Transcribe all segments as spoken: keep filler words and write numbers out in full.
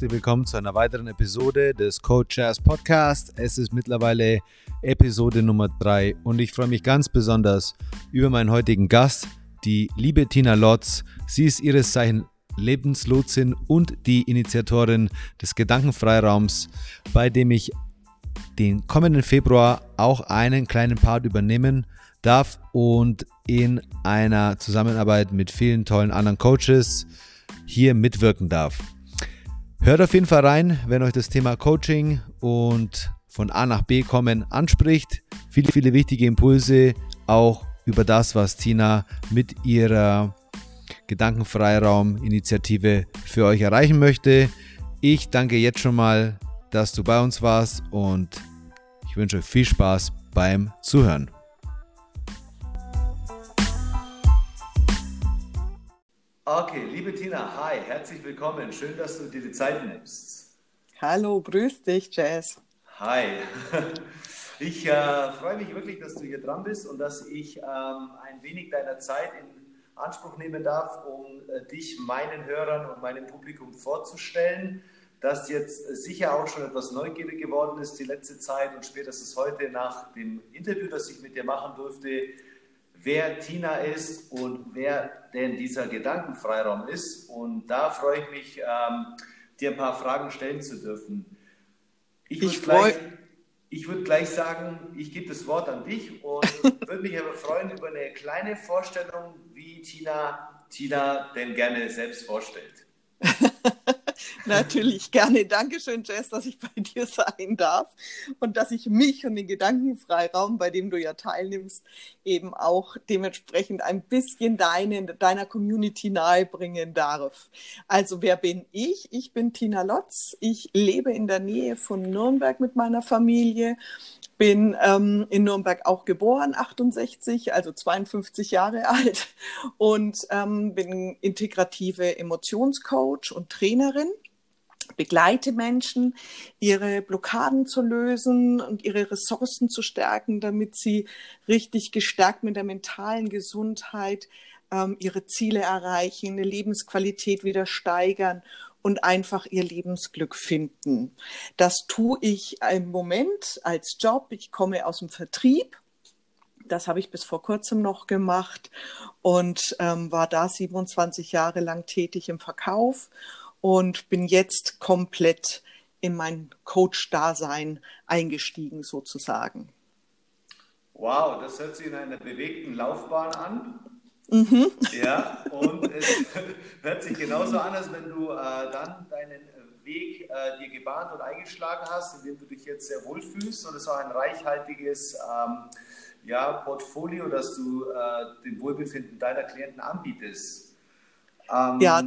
herzlich willkommen zu einer weiteren Episode des Coach Jazz Podcast. Es ist mittlerweile Episode Nummer drei und ich freue mich ganz besonders über meinen heutigen Gast, die liebe Tina Lotz. Sie ist ihres Zeichen Lebenslotsin und die Initiatorin des Gedankenfreiraums, bei dem ich den kommenden Februar auch einen kleinen Part übernehmen darf und in einer Zusammenarbeit mit vielen tollen anderen Coaches hier mitwirken darf. Hört auf jeden Fall rein, wenn euch das Thema Coaching und von A nach B kommen anspricht. Viele, viele wichtige Impulse auch über das, was Tina mit ihrer Gedankenfreiraum-Initiative für euch erreichen möchte. Ich danke jetzt schon mal, dass du bei uns warst und ich wünsche euch viel Spaß beim Zuhören. Okay, liebe Tina, hi, herzlich willkommen. Schön, dass du dir die Zeit nimmst. Hallo, grüß dich, Jazz. Hi. Ich äh, freue mich wirklich, dass du hier dran bist und dass ich ähm, ein wenig deiner Zeit in Anspruch nehmen darf, um äh, dich meinen Hörern und meinem Publikum vorzustellen, das jetzt sicher auch schon etwas neugierig geworden ist die letzte Zeit und spätestens heute nach dem Interview, das ich mit dir machen durfte, wer Tina ist und wer denn dieser Gedankenfreiraum ist. Und da freue ich mich, ähm, dir ein paar Fragen stellen zu dürfen. Ich würde gleich, ich würd gleich sagen, ich gebe das Wort an dich und würde mich aber freuen über eine kleine Vorstellung, wie Tina Tina denn gerne selbst vorstellt. Natürlich, gerne. Dankeschön, Jess, dass ich bei dir sein darf und dass ich mich und den Gedankenfreiraum, bei dem du ja teilnimmst, eben auch dementsprechend ein bisschen deine, deiner Community nahebringen darf. Also wer bin ich? Ich bin Tina Lotz. Ich lebe in der Nähe von Nürnberg mit meiner Familie. Bin ähm, in Nürnberg auch geboren, achtundsechzig, also zweiundfünfzig Jahre alt und ähm, bin integrative Emotionscoach und Trainerin. Begleite Menschen, ihre Blockaden zu lösen und ihre Ressourcen zu stärken, damit sie richtig gestärkt mit der mentalen Gesundheit ähm, ihre Ziele erreichen, eine Lebensqualität wieder steigern und einfach ihr Lebensglück finden. Das tue ich im Moment als Job. Ich komme aus dem Vertrieb. Das habe ich bis vor kurzem noch gemacht und ähm, war da siebenundzwanzig Jahre lang tätig im Verkauf und bin jetzt komplett in mein Coach-Dasein eingestiegen sozusagen. Wow, das hört sich in einer bewegten Laufbahn an. Mhm. Ja, und es hört sich genauso an, als wenn du äh, dann deinen Weg äh, dir gebahnt und eingeschlagen hast, in dem du dich jetzt sehr wohl fühlst und es auch ein reichhaltiges ähm, ja, Portfolio, das du äh, dem Wohlbefinden deiner Klienten anbietest. Ähm, ja,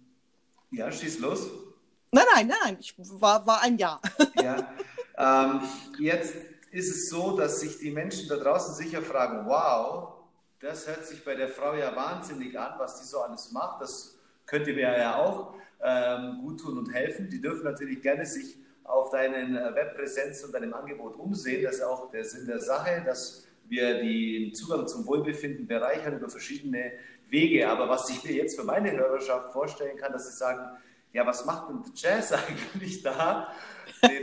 ja, schieß los. Nein, nein, nein, ich war, war ein Ja. Ja, ähm, jetzt ist es so, dass sich die Menschen da draußen sicher fragen, wow, das hört sich bei der Frau ja wahnsinnig an, was die so alles macht. Das könnte mir ja auch ähm, gut tun und helfen. Die dürfen natürlich gerne sich auf deinen Webpräsenz und deinem Angebot umsehen. Das ist auch der Sinn der Sache, dass wir den Zugang zum Wohlbefinden bereichern über verschiedene Wege. Aber was ich mir jetzt für meine Hörerschaft vorstellen kann, dass sie sagen, ja, was macht denn Jazz eigentlich da? Den,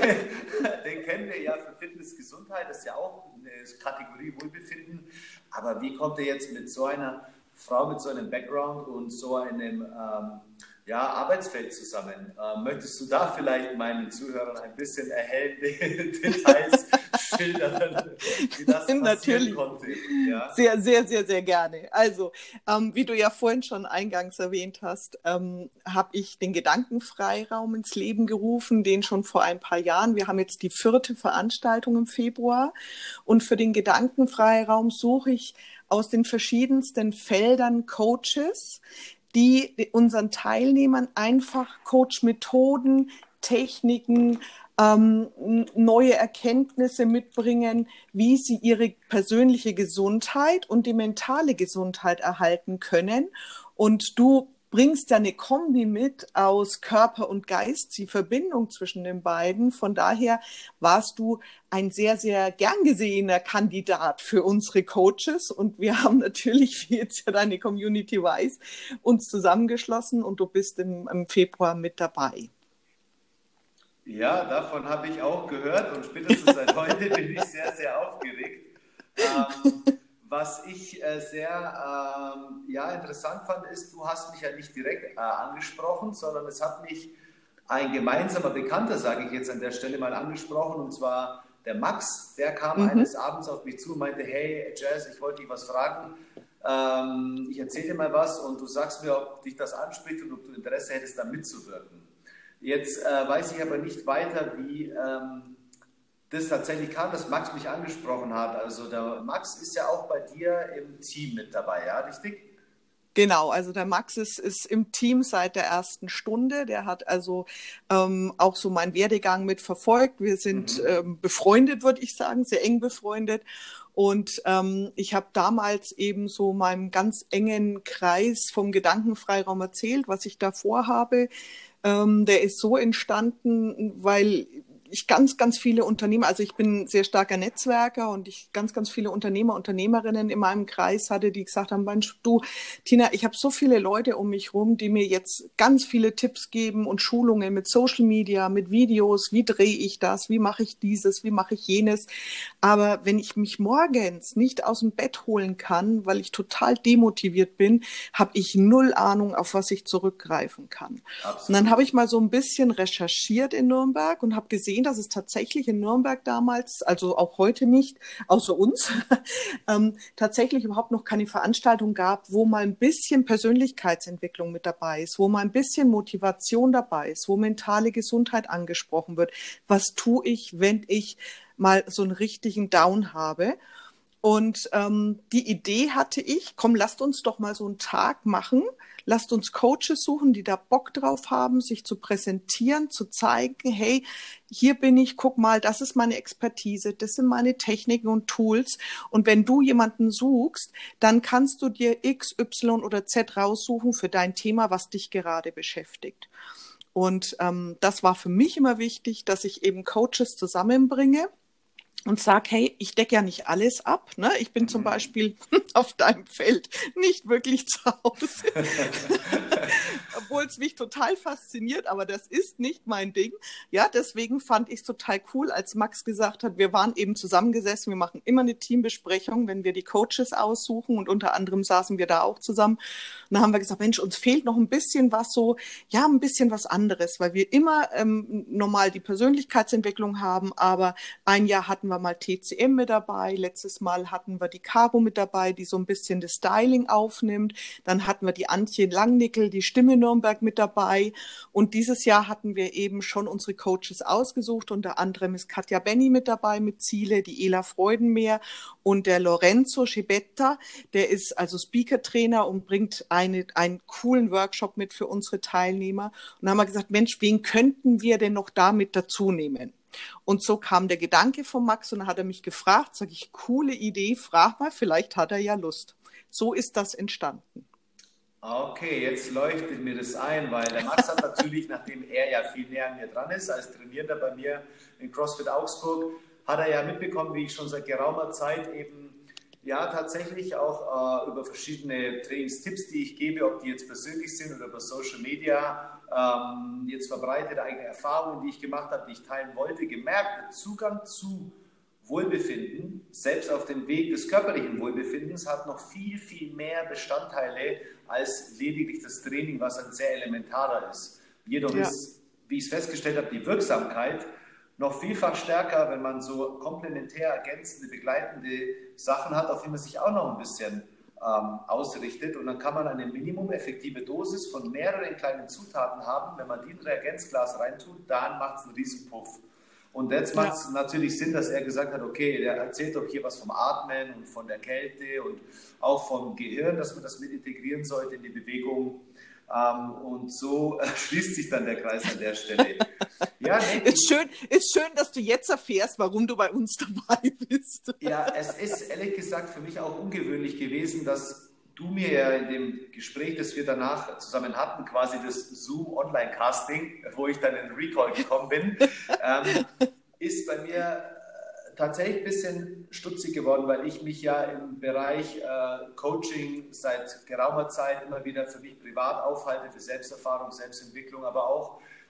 den kennen wir ja für Fitness, Gesundheit, das ist ja auch eine Kategorie Wohlbefinden. Aber wie kommt er jetzt mit so einer Frau, mit so einem Background und so einem ähm, ja, Arbeitsfeld zusammen? Ähm, möchtest du da vielleicht meinen Zuhörern ein bisschen erhellende Details schildern, wie das passieren Natürlich. konnte? Ja? Sehr, sehr, sehr, sehr gerne. Also, ähm, wie du ja vorhin schon eingangs erwähnt hast, ähm, habe ich den Gedankenfreiraum ins Leben gerufen, den schon vor ein paar Jahren. Wir haben jetzt die vierte Veranstaltung im Februar und für den Gedankenfreiraum suche ich aus den verschiedensten Feldern Coaches, die unseren Teilnehmern einfach Coach-Methoden, Techniken, ähm, neue Erkenntnisse mitbringen, wie sie ihre persönliche Gesundheit und die mentale Gesundheit erhalten können. Und du bringst ja eine Kombi mit aus Körper und Geist, die Verbindung zwischen den beiden. Von daher warst du ein sehr, sehr gern gesehener Kandidat für unsere Coaches. Und wir haben natürlich, wie jetzt ja deine Community weiß, uns zusammengeschlossen und du bist im, im Februar mit dabei. Ja, davon habe ich auch gehört und spätestens seit heute bin ich sehr, sehr aufgeregt. Ähm, was ich äh, sehr ähm, ja, interessant fand, ist, du hast mich ja nicht direkt äh, angesprochen, sondern es hat mich ein gemeinsamer Bekannter, sage ich jetzt an der Stelle mal, angesprochen, und zwar der Max. Der kam Mhm. eines Abends auf mich zu und meinte, hey Jazz, ich wollte dich was fragen. Ähm, ich erzähle dir mal was und du sagst mir, ob dich das anspricht und ob du Interesse hättest, da mitzuwirken. Jetzt äh, weiß ich aber nicht weiter, wie ähm, das tatsächlich kam, dass Max mich angesprochen hat. Also der Max ist ja auch bei dir im Team mit dabei, ja, richtig? Genau, also der Max ist, ist im Team seit der ersten Stunde. Der hat also ähm, auch so meinen Werdegang mit verfolgt. Wir sind Mhm. ähm, befreundet, würde ich sagen, sehr eng befreundet. Und ähm, ich habe damals eben so meinem ganz engen Kreis vom Gedankenfreiraum erzählt, was ich da vorhabe. Ähm, der ist so entstanden, weil ich ganz, ganz viele Unternehmer, also ich bin ein sehr starker Netzwerker und ich ganz, ganz viele Unternehmer, Unternehmerinnen in meinem Kreis hatte, die gesagt haben, Mensch, du, Tina, ich habe so viele Leute um mich rum, die mir jetzt ganz viele Tipps geben und Schulungen mit Social Media, mit Videos, wie drehe ich das, wie mache ich dieses, wie mache ich jenes. Aber wenn ich mich morgens nicht aus dem Bett holen kann, weil ich total demotiviert bin, habe ich null Ahnung, auf was ich zurückgreifen kann. Und dann habe Absolut. ich mal so ein bisschen recherchiert in Nürnberg und habe gesehen, dass es tatsächlich in Nürnberg damals, also auch heute nicht, außer uns, ähm, tatsächlich überhaupt noch keine Veranstaltung gab, wo mal ein bisschen Persönlichkeitsentwicklung mit dabei ist, wo mal ein bisschen Motivation dabei ist, wo mentale Gesundheit angesprochen wird. Was tue ich, wenn ich mal so einen richtigen Down habe? Und ähm, die Idee hatte ich, komm, lasst uns doch mal so einen Tag machen. Lasst uns Coaches suchen, die da Bock drauf haben, sich zu präsentieren, zu zeigen, hey, hier bin ich, guck mal, das ist meine Expertise, das sind meine Techniken und Tools. Und wenn du jemanden suchst, dann kannst du dir X, Y oder Z raussuchen für dein Thema, was dich gerade beschäftigt. Und ähm, das war für mich immer wichtig, dass ich eben Coaches zusammenbringe und sag, hey, ich decke ja nicht alles ab. Ne? Ich bin zum Mhm. Beispiel auf deinem Feld nicht wirklich zu Hause, obwohl es mich total fasziniert, aber das ist nicht mein Ding. Ja, deswegen fand ich es total cool, als Max gesagt hat, wir waren eben zusammengesessen, wir machen immer eine Teambesprechung, wenn wir die Coaches aussuchen, und unter anderem saßen wir da auch zusammen. Und dann haben wir gesagt, Mensch, uns fehlt noch ein bisschen was so, ja, ein bisschen was anderes, weil wir immer ähm, normal die Persönlichkeitsentwicklung haben, aber ein Jahr hatten wir mal T C M mit dabei, letztes Mal hatten wir die Caro mit dabei, die so ein bisschen das Styling aufnimmt, dann hatten wir die Antje Langnickel, die Stimme Nürnberg mit dabei, und dieses Jahr hatten wir eben schon unsere Coaches ausgesucht, unter anderem ist Katja Benny mit dabei mit Ziele, die Ela Freudenmeer und der Lorenzo Schibetta, der ist also Speaker-Trainer und bringt eine, einen coolen Workshop mit für unsere Teilnehmer. Und dann haben wir gesagt, Mensch, wen könnten wir denn noch da mit dazu nehmen? Und so kam der Gedanke von Max und dann hat er mich gefragt, sage ich, coole Idee, frag mal, vielleicht hat er ja Lust. So ist das entstanden. Okay, jetzt leuchtet mir das ein, weil der Max hat natürlich, nachdem er ja viel näher an mir dran ist, als Trainierender bei mir in CrossFit Augsburg, hat er ja mitbekommen, wie ich schon seit geraumer Zeit eben ja tatsächlich auch äh, über verschiedene Trainingstipps, die ich gebe, ob die jetzt persönlich sind oder über Social Media, ähm, jetzt verbreitete eigene Erfahrungen, die ich gemacht habe, die ich teilen wollte, gemerkt, Zugang zu Wohlbefinden, selbst auf dem Weg des körperlichen Wohlbefindens, hat noch viel, viel mehr Bestandteile als lediglich das Training, was ein sehr elementarer ist. Jedoch Ja. ist, wie ich es festgestellt habe, die Wirksamkeit noch vielfach stärker, wenn man so komplementär ergänzende, begleitende Sachen hat, auf die man sich auch noch ein bisschen ähm, ausrichtet. Und dann kann man eine minimum effektive Dosis von mehreren kleinen Zutaten haben. Wenn man die in ein Reagenzglas reintut, dann macht es einen riesen Puff. Und jetzt macht Ja. es natürlich Sinn, dass er gesagt hat, okay, der erzählt doch hier was vom Atmen und von der Kälte und auch vom Gehirn, dass man das mit integrieren sollte in die Bewegung. Ähm, und so schließt sich dann der Kreis an der Stelle. Ja, nee, Ist ich, schön, ist schön, dass du jetzt erfährst, warum du bei uns dabei bist. ja, es ist ehrlich gesagt für mich auch ungewöhnlich gewesen, dass du mir ja in dem Gespräch, das wir danach zusammen hatten, quasi das Zoom-Online-Casting, wo ich dann in den Recall gekommen bin, ähm, ist bei mir äh, tatsächlich ein bisschen stutzig geworden, weil ich mich ja im Bereich äh, Coaching seit geraumer Zeit immer wieder für mich privat aufhalte, für Selbsterfahrung, Selbstentwicklung, aber auch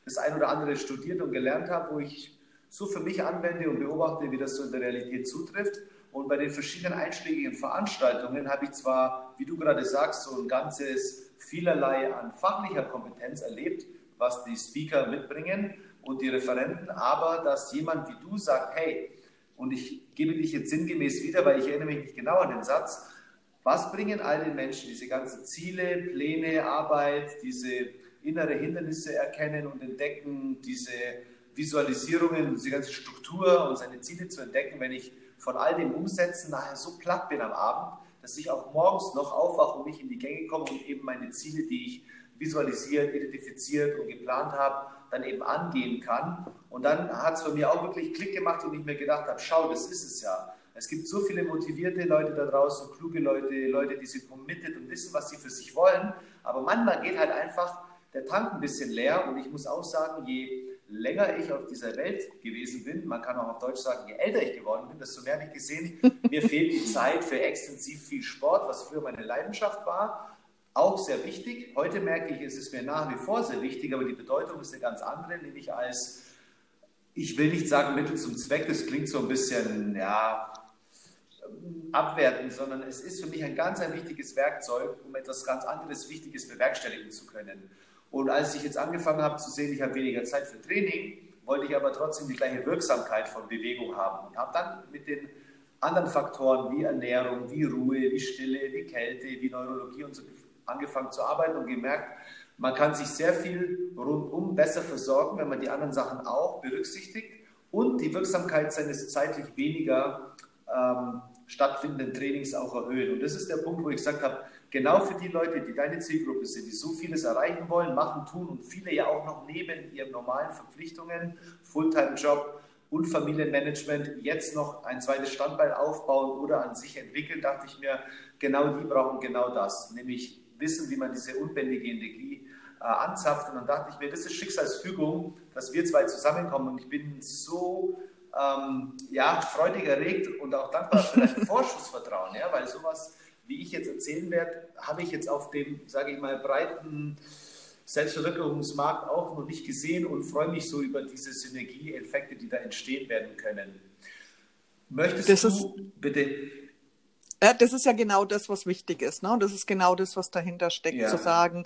das ein oder andere studiert und gelernt habe, wo ich so für mich anwende und beobachte, wie das so in der Realität zutrifft. Und bei den verschiedenen einschlägigen Veranstaltungen habe ich zwar, wie du gerade sagst, so ein ganzes vielerlei an fachlicher Kompetenz erlebt, was die Speaker mitbringen und die Referenten, aber dass jemand wie du sagt, hey, und ich gebe dich jetzt sinngemäß wieder, weil ich erinnere mich nicht genau an den Satz, was bringen all den Menschen diese ganzen Ziele, Pläne, Arbeit, diese innere Hindernisse erkennen und entdecken, diese Visualisierungen, diese ganze Struktur und seine Ziele zu entdecken, wenn ich von all dem Umsetzen nachher so platt bin am Abend, dass ich auch morgens noch aufwache und nicht in die Gänge komme und eben meine Ziele, die ich visualisiert, identifiziert und geplant habe, dann eben angehen kann. Und dann hat es bei mir auch wirklich Klick gemacht und ich mir gedacht habe, schau, das ist es ja. Es gibt so viele motivierte Leute da draußen, kluge Leute, Leute, die sind committed und wissen, was sie für sich wollen. Aber manchmal geht halt einfach der Tank ein bisschen leer und ich muss auch sagen, je länger ich auf dieser Welt gewesen bin, man kann auch auf Deutsch sagen, je älter ich geworden bin, desto mehr habe ich gesehen, mir fehlt die Zeit für extensiv viel Sport, was früher meine Leidenschaft war. Auch sehr wichtig. Heute merke ich, es ist mir nach wie vor sehr wichtig, aber die Bedeutung ist eine ganz andere, nämlich als, ich will nicht sagen Mittel zum Zweck, das klingt so ein bisschen, ja, abwertend, sondern es ist für mich ein ganz ein wichtiges Werkzeug, um etwas ganz anderes, Wichtiges bewerkstelligen zu können. Und als ich jetzt angefangen habe zu sehen, ich habe weniger Zeit für Training, wollte ich aber trotzdem die gleiche Wirksamkeit von Bewegung haben und habe dann mit den anderen Faktoren wie Ernährung, wie Ruhe, wie Stille, wie Kälte, wie Neurologie und so angefangen zu arbeiten und gemerkt, man kann sich sehr viel rundum besser versorgen, wenn man die anderen Sachen auch berücksichtigt und die Wirksamkeit seines zeitlich weniger ähm, stattfindenden Trainings auch erhöhen. Und das ist der Punkt, wo ich gesagt habe, genau für die Leute, die deine Zielgruppe sind, die so vieles erreichen wollen, machen, tun und viele ja auch noch neben ihren normalen Verpflichtungen, Fulltime-Job und Familienmanagement jetzt noch ein zweites Standbein aufbauen oder an sich entwickeln, dachte ich mir, genau die brauchen genau das, nämlich wissen, wie man diese unbändige Energie äh, anzapft. Und dann dachte ich mir, das ist Schicksalsfügung, dass wir zwei zusammenkommen und ich bin so ähm, ja, freudig erregt und auch dankbar für dein Vorschussvertrauen, ja, weil sowas, wie ich jetzt erzählen werde, habe ich jetzt auf dem, sage ich mal, breiten Selbstverwirklichungsmarkt auch noch nicht gesehen und freue mich so über diese Synergieeffekte, die da entstehen werden können. Möchtest das du ist, bitte... Ja, das ist ja genau das, was wichtig ist. Ne? Das ist genau das, was dahinter steckt, Ja. zu sagen,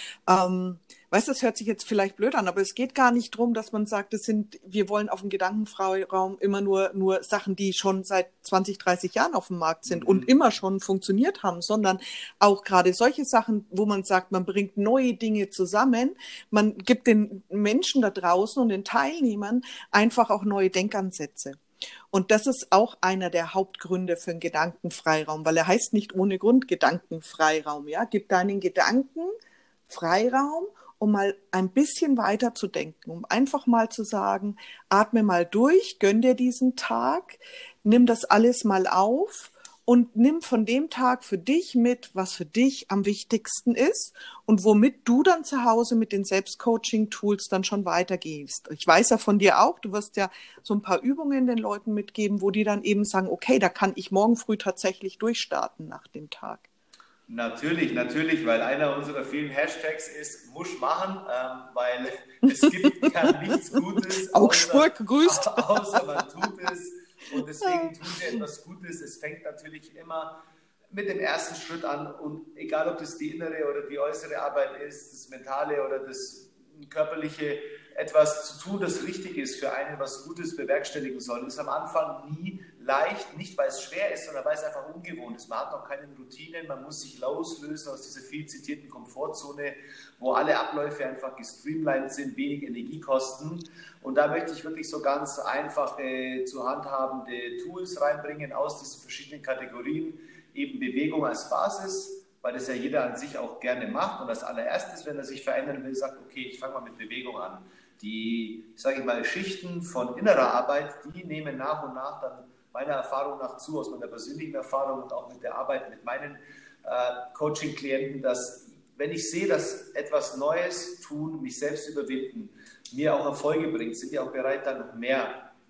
ähm, weißt du, das hört sich jetzt vielleicht blöd an, aber es geht gar nicht darum, dass man sagt, das sind, wir wollen auf dem Gedankenfreiraum immer nur, nur Sachen, die schon seit zwanzig, dreißig Jahren auf dem Markt sind mhm. und immer schon funktioniert haben, sondern auch gerade solche Sachen, wo man sagt, man bringt neue Dinge zusammen, man gibt den Menschen da draußen und den Teilnehmern einfach auch neue Denkansätze. Und das ist auch einer der Hauptgründe für einen Gedankenfreiraum, weil er heißt nicht ohne Grund Gedankenfreiraum. Ja? Gib deinen Gedanken Freiraum, um mal ein bisschen weiter zu denken, um einfach mal zu sagen, atme mal durch, gönn dir diesen Tag, nimm das alles mal auf und nimm von dem Tag für dich mit, was für dich am wichtigsten ist und womit du dann zu Hause mit den Selbstcoaching-Tools dann schon weitergehst. Ich weiß ja von dir auch, du wirst ja so ein paar Übungen den Leuten mitgeben, wo die dann eben sagen, okay, da kann ich morgen früh tatsächlich durchstarten nach dem Tag. Natürlich, natürlich, weil einer unserer vielen Hashtags ist Musch machen, ähm, weil es gibt ja nichts Gutes, Augsburg grüßt. außer man tut es. Und deswegen tun wir etwas Gutes. Es fängt natürlich immer mit dem ersten Schritt an. Und egal, ob das die innere oder die äußere Arbeit ist, das Mentale oder das Körperliche, etwas zu tun, das richtig ist für einen, was Gutes bewerkstelligen soll, ist am Anfang nie leicht. Nicht, weil es schwer ist, sondern weil es einfach ungewohnt ist. Man hat noch keine Routinen, man muss sich loslösen aus dieser viel zitierten Komfortzone, wo alle Abläufe einfach gestreamlined sind, wenig Energie kosten. Und da möchte ich wirklich so ganz einfache, zu handhabende Tools reinbringen aus diesen verschiedenen Kategorien. Eben Bewegung als Basis, weil das ja jeder an sich auch gerne macht. Und als allererstes, wenn er sich verändern will, sagt, okay, ich fange mal mit Bewegung an. Die, sage ich mal, Schichten von innerer Arbeit, die nehmen nach und nach dann meiner Erfahrung nach zu, aus meiner persönlichen Erfahrung und auch mit der Arbeit mit meinen äh, Coaching-Klienten, dass wenn ich sehe, dass etwas Neues tun, mich selbst überwinden, mir auch Erfolge bringt, sind die auch bereit, dann noch mehr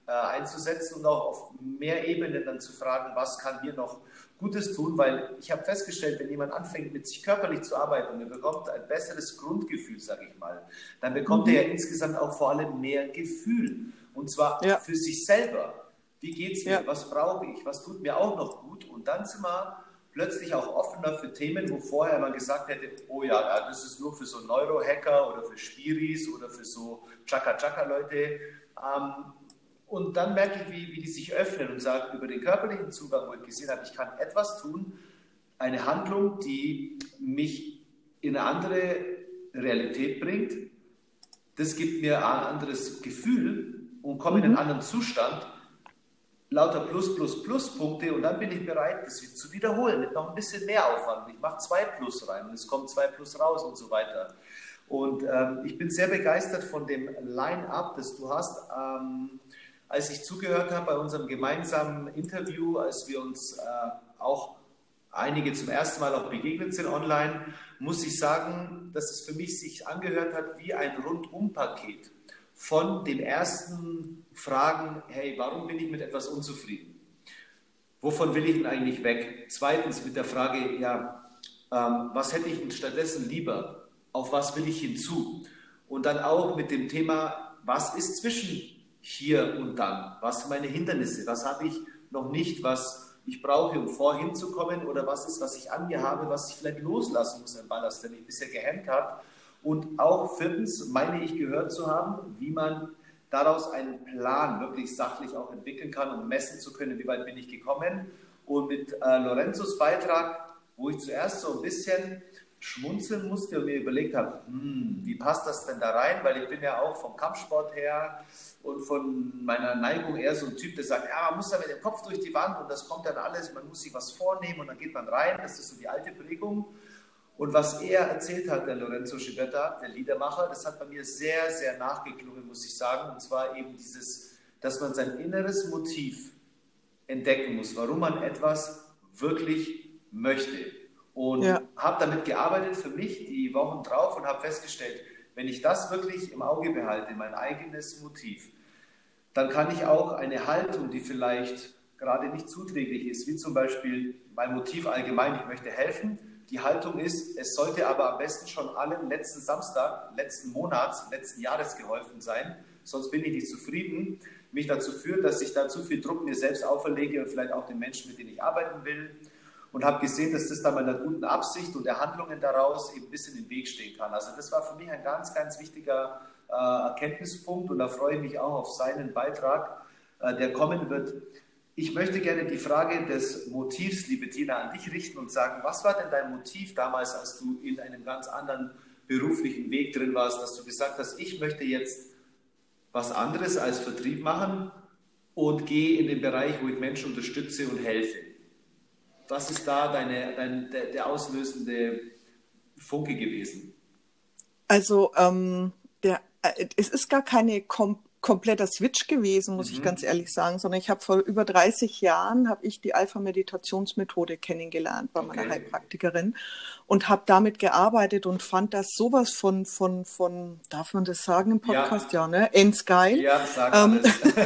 äh, einzusetzen und auch auf mehr Ebenen dann zu fragen, was kann mir noch Gutes tun, weil ich habe festgestellt, wenn jemand anfängt, mit sich körperlich zu arbeiten und er bekommt ein besseres Grundgefühl, sage ich mal, dann bekommt mhm. er ja insgesamt auch vor allem mehr Gefühl. Und zwar ja. für sich selber. Wie geht es mir? Ja. Was brauche ich? Was tut mir auch noch gut? Und dann sind wir plötzlich auch offener für Themen, wo vorher man gesagt hätte, oh ja, das ist nur für so Neurohacker oder für Spiris oder für so Chaka-Chaka-Leute. Ähm, Und dann merke ich, wie, wie die sich öffnen und sagen, über den körperlichen Zugang, wo ich gesehen habe, ich kann etwas tun, eine Handlung, die mich in eine andere Realität bringt, das gibt mir ein anderes Gefühl und komme mhm. in einen anderen Zustand, lauter Plus, Plus, Plus-Punkte und dann bin ich bereit, das zu wiederholen mit noch ein bisschen mehr Aufwand. Ich mache zwei Plus rein und es kommt zwei Plus raus und so weiter. Und ähm, ich bin sehr begeistert von dem Line-Up, das du hast. Ähm, Als ich zugehört habe bei unserem gemeinsamen Interview, als wir uns äh, auch einige zum ersten Mal auch begegnet sind online, muss ich sagen, dass es für mich sich angehört hat wie ein Rundum-Paket von den ersten Fragen, hey, warum bin ich mit etwas unzufrieden? Wovon will ich denn eigentlich weg? Zweitens mit der Frage, ja, ähm, was hätte ich denn stattdessen lieber? Auf was will ich hinzu? Und dann auch mit dem Thema, was ist zwischen hier und dann? Was sind meine Hindernisse? Was habe ich noch nicht, was ich brauche, um vorhin zu kommen? Oder was ist, was ich an mir habe, was ich vielleicht loslassen muss, ein Ballast, der mich bisher gehemmt hat? Und auch viertens meine ich gehört zu haben, wie man daraus einen Plan wirklich sachlich auch entwickeln kann, um messen zu können, wie weit bin ich gekommen. Und mit äh, Lorenzos Beitrag, wo ich zuerst so ein bisschen schmunzeln musste und mir überlegt habe, hm, wie passt das denn da rein? Weil ich bin ja auch vom Kampfsport her und von meiner Neigung eher so ein Typ, der sagt, ja, man muss da mit dem Kopf durch die Wand und das kommt dann alles, man muss sich was vornehmen und dann geht man rein. Das ist so die alte Prägung. Und was er erzählt hat, der Lorenzo Schibetta, der Liedermacher, das hat bei mir sehr, sehr nachgeklungen, muss ich sagen. Und zwar eben dieses, dass man sein inneres Motiv entdecken muss, warum man etwas wirklich möchte. Und ja. habe damit gearbeitet für mich die Wochen drauf und habe festgestellt, wenn ich das wirklich im Auge behalte, mein eigenes Motiv, dann kann ich auch eine Haltung, die vielleicht gerade nicht zuträglich ist, wie zum Beispiel mein Motiv allgemein, ich möchte helfen. Die Haltung ist, es sollte aber am besten schon allen letzten Samstag, letzten Monats, letzten Jahres geholfen sein, sonst bin ich nicht zufrieden. Mich dazu führt, dass ich da zu viel Druck mir selbst auferlege und vielleicht auch den Menschen, mit denen ich arbeiten will. Und habe gesehen, dass das dann meiner guten Absicht und der Handlungen daraus eben ein bisschen im Weg stehen kann. Also das war für mich ein ganz, ganz wichtiger äh, Erkenntnispunkt und da freue ich mich auch auf seinen Beitrag, äh, der kommen wird. Ich möchte gerne die Frage des Motivs, liebe Tina, an dich richten und sagen, was war denn dein Motiv damals, als du in einem ganz anderen beruflichen Weg drin warst, dass du gesagt hast, ich möchte jetzt was anderes als Vertrieb machen und gehe in den Bereich, wo ich Menschen unterstütze und helfe. Was ist da deine, dein, der, der auslösende Funke gewesen? Also ähm, der, äh, es ist gar keine kom kompletter Switch gewesen, muss mhm. ich ganz ehrlich sagen, sondern ich habe vor über dreißig Jahren habe ich die Alpha-Meditationsmethode kennengelernt bei meiner okay. Heilpraktikerin und habe damit gearbeitet und fand das sowas von, von, von, darf man das sagen im Podcast? Ja, ja ne? Endgeil. Ja, sag ähm, alles. tu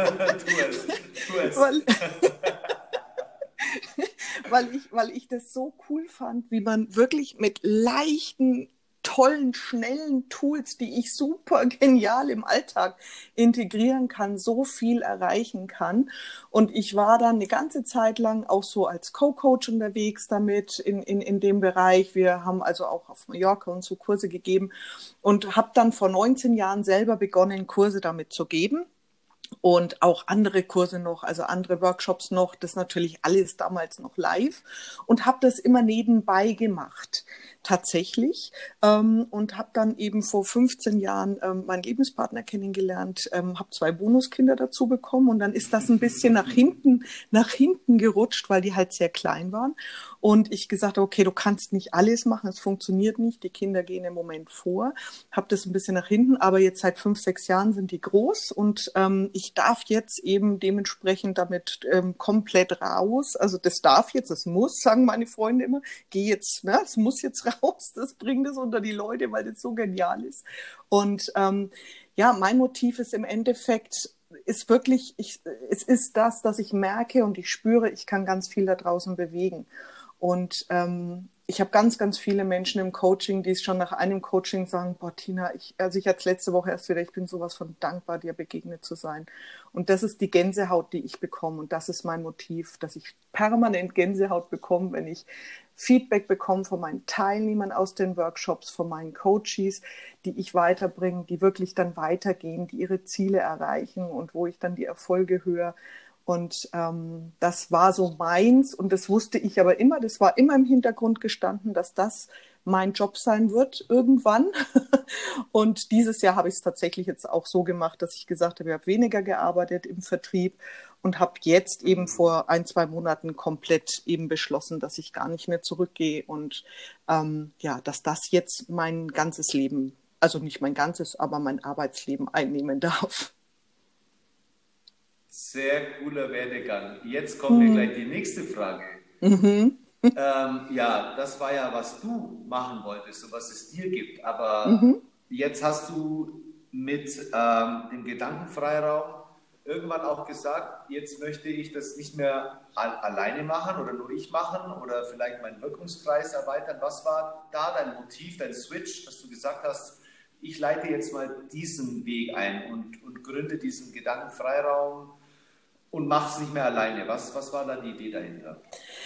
es, tu es. Weil, weil, ich, weil ich das so cool fand, wie man wirklich mit leichten, tollen, schnellen Tools, die ich super genial im Alltag integrieren kann, so viel erreichen kann. Und ich war dann eine ganze Zeit lang auch so als Co-Coach unterwegs damit in, in, in dem Bereich. Wir haben also auch auf Mallorca und so Kurse gegeben und habe dann vor neunzehn Jahren selber begonnen, Kurse damit zu geben. Und auch andere Kurse noch, also andere Workshops noch, das natürlich alles damals noch live und habe das immer nebenbei gemacht, tatsächlich. Ähm, und habe dann eben vor fünfzehn Jahren ähm, meinen Lebenspartner kennengelernt, ähm, habe zwei Bonuskinder dazu bekommen und dann ist das ein bisschen nach hinten, nach hinten gerutscht, weil die halt sehr klein waren. Und ich gesagt habe, okay, du kannst nicht alles machen, es funktioniert nicht, die Kinder gehen im Moment vor, habe das ein bisschen nach hinten, aber jetzt seit fünf, sechs Jahren sind die groß und ähm, ich darf jetzt eben dementsprechend damit ähm, komplett raus, also das darf jetzt, das muss, sagen meine Freunde immer, geh jetzt, ne, es muss jetzt raus, das bringt es unter die Leute, weil das so genial ist. Und ähm, ja, mein Motiv ist im Endeffekt, ist wirklich, ich, es ist das, dass ich merke und ich spüre, ich kann ganz viel da draußen bewegen. Und ähm, ich habe ganz, ganz viele Menschen im Coaching, die es schon nach einem Coaching sagen, boah, Tina, ich, also ich hatte letzte Woche erst wieder, ich bin sowas von dankbar, dir begegnet zu sein. Und das ist die Gänsehaut, die ich bekomme. Und das ist mein Motiv, dass ich permanent Gänsehaut bekomme, wenn ich Feedback bekomme von meinen Teilnehmern aus den Workshops, von meinen Coaches, die ich weiterbringe, die wirklich dann weitergehen, die ihre Ziele erreichen und wo ich dann die Erfolge höre. Und ähm, das war so meins und das wusste ich aber immer, das war immer im Hintergrund gestanden, dass das mein Job sein wird irgendwann. Und dieses Jahr habe ich es tatsächlich jetzt auch so gemacht, dass ich gesagt habe, ich habe weniger gearbeitet im Vertrieb und habe jetzt eben vor ein, zwei Monaten komplett eben beschlossen, dass ich gar nicht mehr zurückgehe und ähm, ja, dass das jetzt mein ganzes Leben, also nicht mein ganzes, aber mein Arbeitsleben einnehmen darf. Sehr cooler Werdegang. Jetzt kommt mir gleich die nächste Frage. Mhm. Ähm, ja, das war ja, was du machen wolltest und was es dir gibt. Aber Mhm. jetzt hast du mit ähm, dem Gedankenfreiraum irgendwann auch gesagt, jetzt möchte ich das nicht mehr al- alleine machen oder nur ich machen oder vielleicht meinen Wirkungskreis erweitern. Was war da dein Motiv, dein Switch, dass du gesagt hast, ich leite jetzt mal diesen Weg ein und, und gründe diesen Gedankenfreiraum und mache es nicht mehr alleine. Was, was war da die Idee dahinter?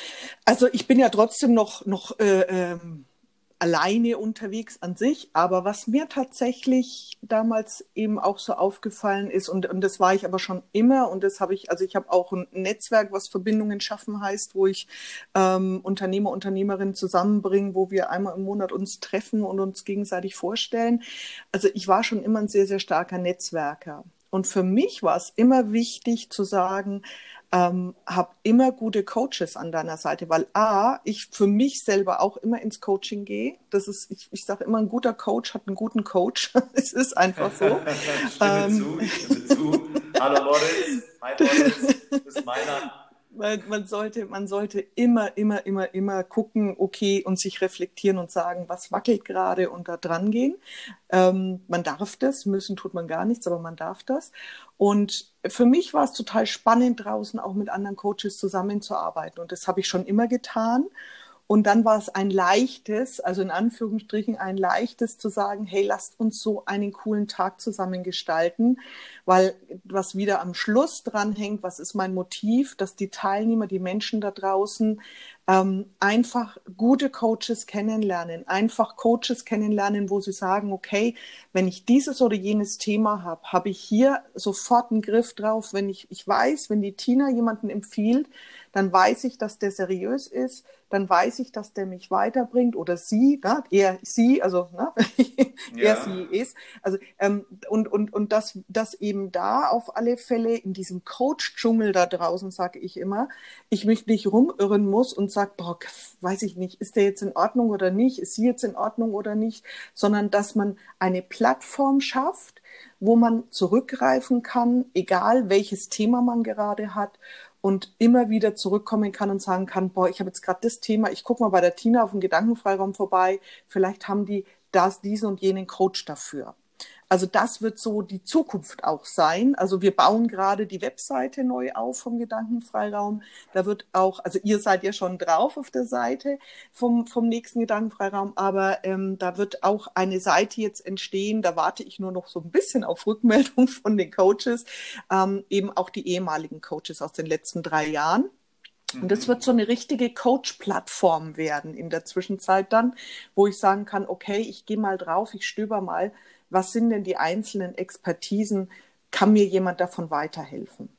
Also ich bin ja trotzdem noch, noch äh, ähm, alleine unterwegs an sich, aber was mir tatsächlich damals eben auch so aufgefallen ist, und, und das war ich aber schon immer, und das habe ich, also ich habe auch ein Netzwerk, was Verbindungen schaffen heißt, wo ich ähm, Unternehmer, Unternehmerinnen zusammenbringe, wo wir einmal im Monat uns treffen und uns gegenseitig vorstellen. Also ich war schon immer ein sehr, sehr starker Netzwerker. Und für mich war es immer wichtig zu sagen, ähm, hab immer gute Coaches an deiner Seite, weil A, ich für mich selber auch immer ins Coaching gehe. Das ist, ich, ich sage immer, ein guter Coach hat einen guten Coach. Es ist einfach so. Stimme ähm, zu, ich stimme zu. Hallo Moritz, hi Moritz, das ist meiner. Man, man sollte, man sollte immer, immer, immer, immer gucken, okay, und sich reflektieren und sagen, was wackelt gerade und da dran gehen. Ähm, man darf das, müssen tut man gar nichts, aber man darf das. Und für mich war es total spannend, draußen auch mit anderen Coaches zusammenzuarbeiten. Und das habe ich schon immer getan. Und dann war es ein leichtes, also in Anführungsstrichen ein leichtes zu sagen, hey, lasst uns so einen coolen Tag zusammen gestalten, weil was wieder am Schluss dranhängt, was ist mein Motiv, dass die Teilnehmer, die Menschen da draußen ähm, einfach gute Coaches kennenlernen, einfach Coaches kennenlernen, wo sie sagen, okay, wenn ich dieses oder jenes Thema habe, habe ich hier sofort einen Griff drauf. Wenn ich, ich weiß, wenn die Tina jemanden empfiehlt, dann weiß ich, dass der seriös ist, dann weiß ich, dass der mich weiterbringt oder sie, ne? Er, sie, also ne? er, Ja. sie ist. Also, ähm, und und, und dass, dass eben da auf alle Fälle in diesem Coach-Dschungel da draußen, sage ich immer, ich mich nicht rumirren muss und sage, boah, weiß ich nicht, ist der jetzt in Ordnung oder nicht, ist sie jetzt in Ordnung oder nicht, sondern dass man eine Plattform schafft, wo man zurückgreifen kann, egal welches Thema man gerade hat, und immer wieder zurückkommen kann und sagen kann, boah, ich habe jetzt gerade das Thema, ich gucke mal bei der Tina auf den Gedankenfreiraum vorbei, vielleicht haben die das, diesen und jenen Coach dafür. Also das wird so die Zukunft auch sein. Also wir bauen gerade die Webseite neu auf vom Gedankenfreiraum. Da wird auch, also ihr seid ja schon drauf auf der Seite vom, vom nächsten Gedankenfreiraum, aber ähm, da wird auch eine Seite jetzt entstehen. Da warte ich nur noch so ein bisschen auf Rückmeldung von den Coaches, ähm, eben auch die ehemaligen Coaches aus den letzten drei Jahren. Und das wird so eine richtige Coach-Plattform werden in der Zwischenzeit dann, wo ich sagen kann, okay, ich gehe mal drauf, ich stöber mal, was sind denn die einzelnen Expertisen, kann mir jemand davon weiterhelfen?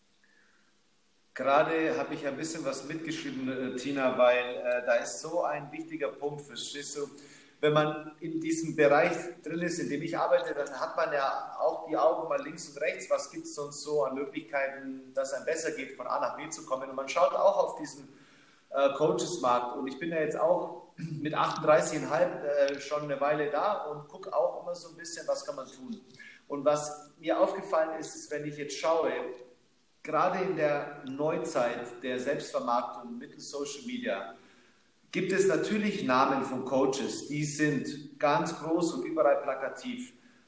Gerade habe ich ein bisschen was mitgeschrieben, Tina, weil äh, da ist so ein wichtiger Punkt, verstehst du? Wenn man in diesem Bereich drin ist, in dem ich arbeite, dann hat man ja auch die Augen mal links und rechts. Was gibt es sonst so an Möglichkeiten, dass einem besser geht, von A nach B zu kommen? Und man schaut auch auf diesen äh, Coaches-Markt. Und ich bin ja jetzt auch mit achtunddreißig Komma fünf äh, schon eine Weile da und gucke auch immer so ein bisschen, was kann man tun. Und was mir aufgefallen ist, ist, wenn ich jetzt schaue, gerade in der Neuzeit der Selbstvermarktung mittels Social Media, gibt es natürlich Namen von Coaches, die sind ganz groß und überall plakativ.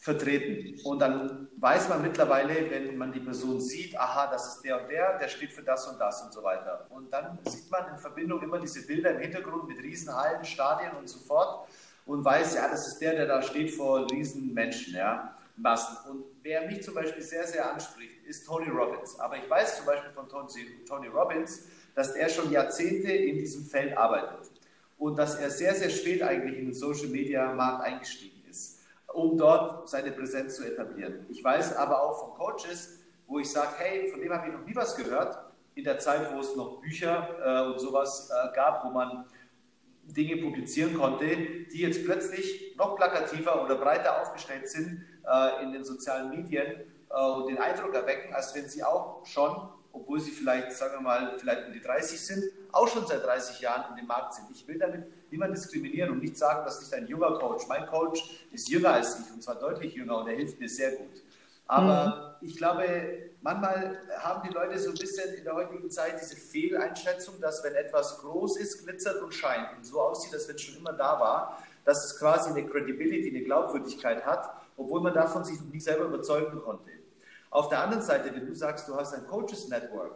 vertreten. Und dann weiß man mittlerweile, wenn man die Person sieht, aha, das ist der und der, der steht für das und das und so weiter. Und dann sieht man in Verbindung immer diese Bilder im Hintergrund mit Riesenhallen, Stadien und so fort und weiß, ja, das ist der, der da steht vor Riesenmenschen, ja, Massen. Und wer mich zum Beispiel sehr, sehr anspricht, ist Tony Robbins. Aber ich weiß zum Beispiel von Tony Robbins, dass er schon Jahrzehnte in diesem Feld arbeitet und dass er sehr, sehr spät eigentlich in den Social-Media-Markt eingestiegen ist, um dort seine Präsenz zu etablieren. Ich weiß aber auch von Coaches, wo ich sage, hey, von dem habe ich noch nie was gehört, in der Zeit, wo es noch Bücher äh, und sowas äh, gab, wo man Dinge publizieren konnte, die jetzt plötzlich noch plakativer oder breiter aufgestellt sind äh, in den sozialen Medien äh, und den Eindruck erwecken, als wenn sie auch schon, obwohl sie vielleicht, sagen wir mal, vielleicht um die dreißig sind, auch schon seit dreißig Jahren in dem Markt sind. Ich will damit niemanden diskriminieren und nicht sagen, dass nicht ein junger Coach, mein Coach ist jünger als ich und zwar deutlich jünger und er hilft mir sehr gut. Aber mhm. ich glaube, manchmal haben die Leute so ein bisschen in der heutigen Zeit diese Fehleinschätzung, dass wenn etwas groß ist, glitzert und scheint und so aussieht, als wenn es schon immer da war, dass es quasi eine Credibility, eine Glaubwürdigkeit hat, obwohl man davon sich noch nie selber überzeugen konnte. Auf der anderen Seite, wenn du sagst, du hast ein Coaches Network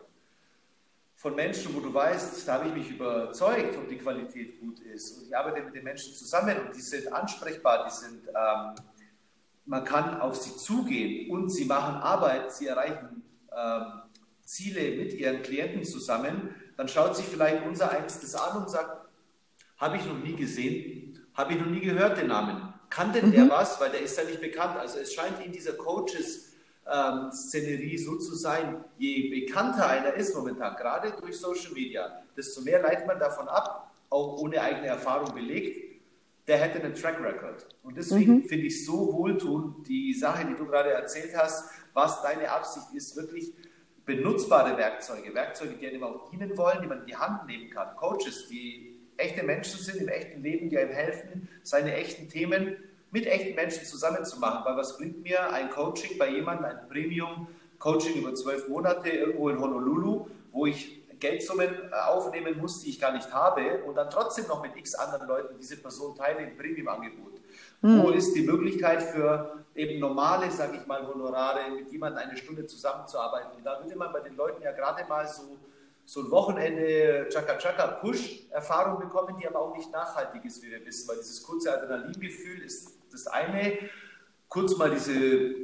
von Menschen, wo du weißt, da habe ich mich überzeugt, ob die Qualität gut ist und ich arbeite mit den Menschen zusammen und die sind ansprechbar, die sind... Ähm, man kann auf sie zugehen und sie machen Arbeit, sie erreichen ähm, Ziele mit ihren Klienten zusammen, dann schaut sich vielleicht unser eins das an und sagt, habe ich noch nie gesehen, habe ich noch nie gehört den Namen. Kann denn mhm. der was? Weil der ist ja nicht bekannt. Also es scheint in dieser Coaches-Szenerie ähm, so zu sein, je bekannter einer ist momentan, gerade durch Social Media, desto mehr leitet man davon ab, auch ohne eigene Erfahrung belegt, der hätte einen Track Record. Und deswegen mhm. finde ich so wohltuend, die Sache, die du gerade erzählt hast, was deine Absicht ist, wirklich benutzbare Werkzeuge, Werkzeuge, die einem auch dienen wollen, die man in die Hand nehmen kann. Coaches, die echte Menschen sind im echten Leben, die einem helfen, seine echten Themen mit echten Menschen zusammen zu machen. Weil was bringt mir ein Coaching bei jemandem, ein Premium-Coaching über zwölf Monate irgendwo in Honolulu, wo ich Geldsummen aufnehmen muss, die ich gar nicht habe und dann trotzdem noch mit x anderen Leuten diese Person teile im Premium-Angebot. Mhm. Wo ist die Möglichkeit für eben normale, sage ich mal, Honorare, mit jemandem eine Stunde zusammenzuarbeiten? Und da würde man bei den Leuten ja gerade mal so, so ein Wochenende Chaka-Chaka-Push-Erfahrung bekommen, die aber auch nicht nachhaltig ist, wie wir wissen, weil dieses kurze Adrenalingefühl ist das eine, kurz mal diese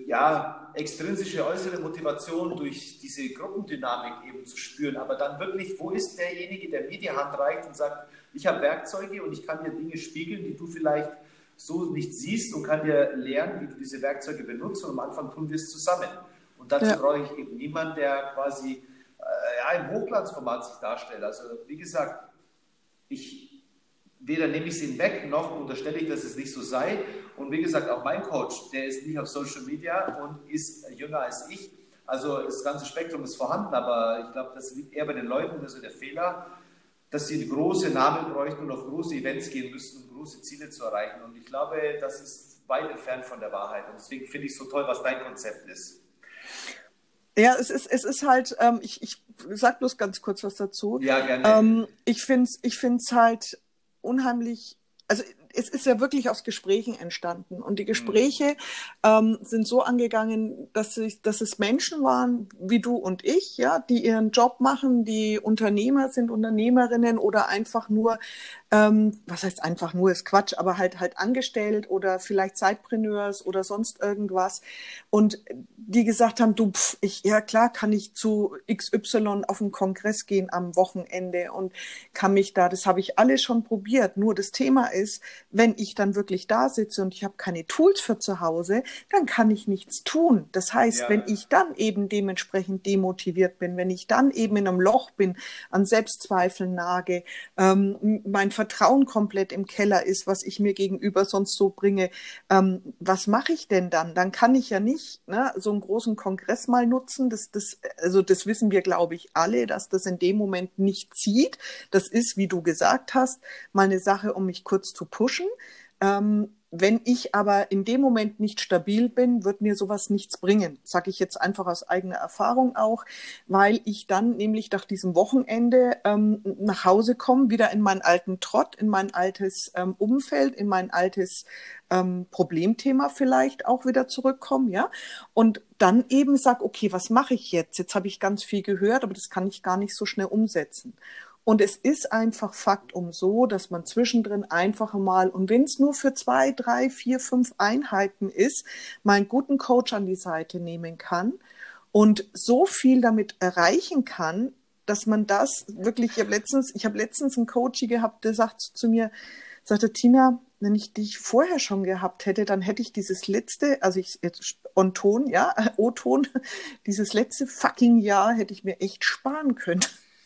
ja, extrinsische äußere Motivation durch diese Gruppendynamik eben zu spüren, aber dann wirklich, wo ist derjenige, der mir die Hand reicht und sagt, ich habe Werkzeuge und ich kann dir Dinge spiegeln, die du vielleicht so nicht siehst und kann dir lernen, wie du diese Werkzeuge benutzt und am Anfang tun wir es zusammen. Und dazu ja. brauche ich eben niemanden, der quasi äh, ja, im Hochglanzformat sich darstellt. Also wie gesagt, ich weder nehme ich es ihnen weg, noch unterstelle ich, dass es nicht so sei. Und wie gesagt, auch mein Coach, der ist nicht auf Social Media und ist jünger als ich. Also das ganze Spektrum ist vorhanden, aber ich glaube, das liegt eher bei den Leuten, also der Fehler, dass sie große Namen bräuchten und auf große Events gehen müssten, um große Ziele zu erreichen. Und ich glaube, das ist weit entfernt von der Wahrheit. Und deswegen finde ich es so toll, was dein Konzept ist. Ja, es ist, es ist halt, ähm, ich, ich sag bloß ganz kurz was dazu. Ja, gerne. Ähm, ich finde es ich find's halt unheimlich, also es ist ja wirklich aus Gesprächen entstanden und die Gespräche ähm, sind so angegangen, dass, ich, dass es Menschen waren wie du und ich, ja, die ihren Job machen, die Unternehmer sind, Unternehmerinnen oder einfach nur, ähm, was heißt einfach nur, ist Quatsch, aber halt halt angestellt oder vielleicht Zeitpreneurs oder sonst irgendwas und die gesagt haben, du, pf, ich, ja klar kann ich zu X Y auf den Kongress gehen am Wochenende und kann mich da, das habe ich alles schon probiert, nur das Thema ist, wenn ich dann wirklich da sitze und ich habe keine Tools für zu Hause, dann kann ich nichts tun. Das heißt, ja. wenn ich dann eben dementsprechend demotiviert bin, wenn ich dann eben in einem Loch bin, an Selbstzweifeln nage, ähm, mein Vertrauen komplett im Keller ist, was ich mir gegenüber sonst so bringe, ähm, was mache ich denn dann? Dann kann ich ja nicht ne, so einen großen Kongress mal nutzen. Das, das, also das wissen wir, glaube ich, alle, dass das in dem Moment nicht zieht. Das ist, wie du gesagt hast, mal eine Sache, um mich kurz zu pushen. Ähm, wenn ich aber in dem Moment nicht stabil bin, wird mir sowas nichts bringen. Sage ich jetzt einfach aus eigener Erfahrung auch, weil ich dann nämlich nach diesem Wochenende ähm, nach Hause komme, wieder in meinen alten Trott, in mein altes ähm, Umfeld, in mein altes ähm, Problemthema vielleicht auch wieder zurückkomme, ja. Und dann eben sage, okay, was mache ich jetzt? Jetzt habe ich ganz viel gehört, aber das kann ich gar nicht so schnell umsetzen. Und es ist einfach Faktum so, dass man zwischendrin einfach mal, und wenn es nur für zwei, drei, vier, fünf Einheiten ist, mal einen guten Coach an die Seite nehmen kann und so viel damit erreichen kann, dass man das wirklich, ich habe letztens, ich habe letztens einen Coach gehabt, der sagt zu mir, sagte, Tina, wenn ich dich vorher schon gehabt hätte, dann hätte ich dieses letzte, also ich jetzt on Ton, ja, O-Ton, dieses letzte fucking Jahr hätte ich mir echt sparen können.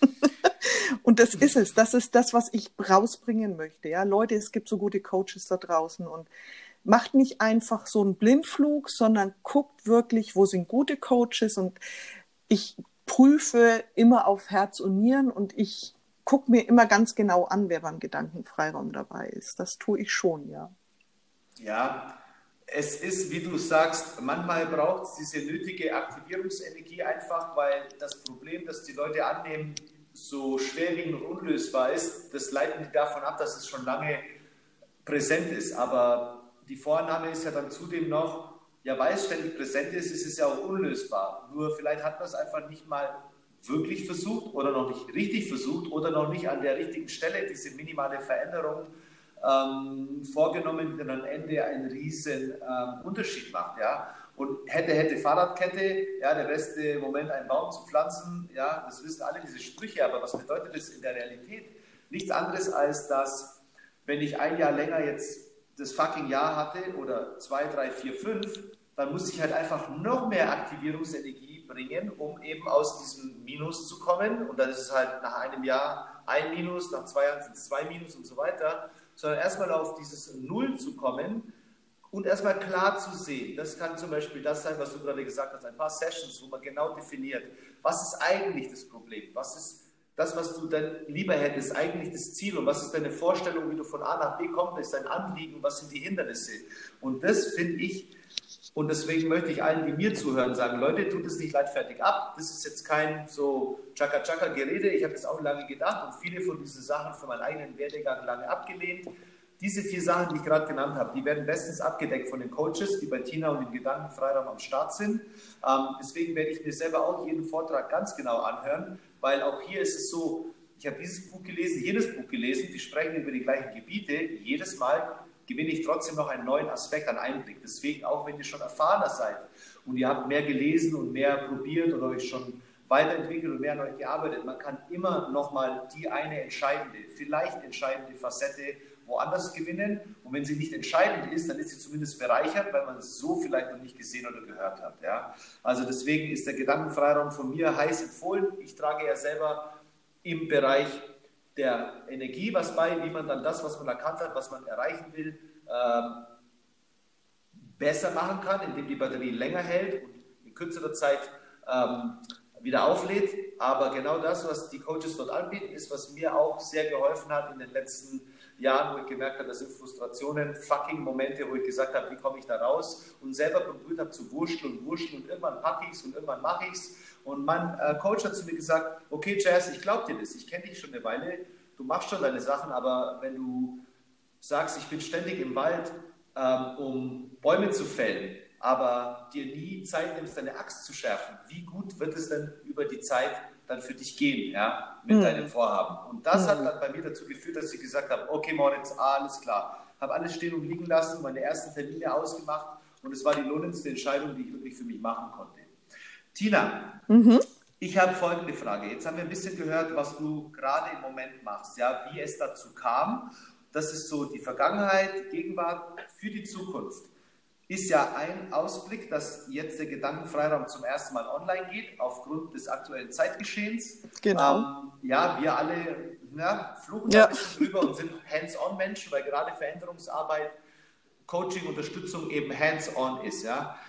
Und das ist es, das ist das, was ich rausbringen möchte. Ja, Leute, es gibt so gute Coaches da draußen und macht nicht einfach so einen Blindflug, sondern guckt wirklich, wo sind gute Coaches, und ich prüfe immer auf Herz und Nieren und ich gucke mir immer ganz genau an, wer beim Gedankenfreiraum dabei ist. Das tue ich schon, ja. Ja, es ist, wie du sagst, manchmal braucht es diese nötige Aktivierungsenergie einfach, weil das Problem, das die Leute annehmen, so schwerwiegend und unlösbar ist, das leitet nicht davon ab, dass es schon lange präsent ist. Aber die Vorannahme ist ja dann zudem noch, ja, weil es ständig präsent ist, ist es ja auch unlösbar. Nur vielleicht hat man es einfach nicht mal wirklich versucht oder noch nicht richtig versucht oder noch nicht an der richtigen Stelle diese minimale Veränderung ähm, vorgenommen, die dann am Ende einen riesen ähm, Unterschied macht. Ja? Und hätte, hätte Fahrradkette, ja, der beste Moment, einen Baum zu pflanzen, ja, das wissen alle diese Sprüche, aber was bedeutet das in der Realität? Nichts anderes als, dass, wenn ich ein Jahr länger jetzt das fucking Jahr hatte oder zwei, drei, vier, fünf, dann muss ich halt einfach noch mehr Aktivierungsenergie bringen, um eben aus diesem Minus zu kommen. Und dann ist es halt nach einem Jahr ein Minus, nach zwei Jahren sind es zwei Minus und so weiter, sondern erstmal auf dieses Null zu kommen und erstmal klar zu sehen. Das kann zum Beispiel das sein, was du gerade gesagt hast, ein paar Sessions, wo man genau definiert, was ist eigentlich das Problem, was ist das, was du dann lieber hättest, eigentlich das Ziel, und was ist deine Vorstellung, wie du von A nach B kommst, ist dein Anliegen, was sind die Hindernisse. Und das finde ich, und deswegen möchte ich allen, die mir zuhören, sagen, Leute, tut es nicht leichtfertig ab. Das ist jetzt kein so Chaka-Chaka-Gerede. Ich habe das auch lange gedacht und viele von diesen Sachen für meinen eigenen Werdegang lange abgelehnt. Diese vier Sachen, die ich gerade genannt habe, die werden bestens abgedeckt von den Coaches, die bei Tina und dem Gedankenfreiraum am Start sind. Ähm, deswegen werde ich mir selber auch jeden Vortrag ganz genau anhören, weil auch hier ist es so, ich habe dieses Buch gelesen, jedes Buch gelesen, die sprechen über die gleichen Gebiete. Jedes Mal gewinne ich trotzdem noch einen neuen Aspekt an Einblick. Deswegen, auch wenn ihr schon erfahrener seid und ihr habt mehr gelesen und mehr probiert oder euch schon weiterentwickelt und mehr an euch gearbeitet, man kann immer nochmal die eine entscheidende, vielleicht entscheidende Facette woanders gewinnen. Und wenn sie nicht entscheidend ist, dann ist sie zumindest bereichert, weil man es so vielleicht noch nicht gesehen oder gehört hat. Ja? Also deswegen ist der Gedankenfreiraum von mir heiß empfohlen. Ich trage ja selber im Bereich der Energie was bei, wie man dann das, was man erkannt hat, was man erreichen will, ähm, besser machen kann, indem die Batterie länger hält und in kürzerer Zeit ähm, wieder auflädt. Aber genau das, was die Coaches dort anbieten, ist, was mir auch sehr geholfen hat in den letzten Jahren, wo ich gemerkt habe, das sind Frustrationen, fucking Momente, wo ich gesagt habe, wie komme ich da raus, und selber probiert habe zu wurschteln und wurschteln und irgendwann packe ich es und irgendwann mache ich es. Und mein äh, Coach hat zu mir gesagt, okay Jazz, ich glaube dir das, ich kenne dich schon eine Weile, du machst schon deine Sachen, aber wenn du sagst, ich bin ständig im Wald, ähm, um Bäume zu fällen, aber dir nie Zeit nimmst, deine Axt zu schärfen, wie gut wird es denn über die Zeit dann für dich gehen, ja, mit mhm. deinem Vorhaben? Und das mhm. hat dann bei mir dazu geführt, dass ich gesagt habe, okay Moritz, alles klar, habe alles stehen und liegen lassen, meine ersten Termine ausgemacht und es war die lohnendste Entscheidung, die ich wirklich für mich machen konnte. Tina, mhm. ich habe folgende Frage. Jetzt haben wir ein bisschen gehört, was du gerade im Moment machst, ja, wie es dazu kam. Das ist so die Vergangenheit, die Gegenwart, für die Zukunft. Ist ja ein Ausblick, dass jetzt der Gedankenfreiraum zum ersten Mal online geht, aufgrund des aktuellen Zeitgeschehens. Genau. Ähm, ja, wir alle ja, fluchen ja. da ein bisschen drüber und sind Hands-on-Menschen, weil gerade Veränderungsarbeit, Coaching, Unterstützung eben Hands-on ist. Ja?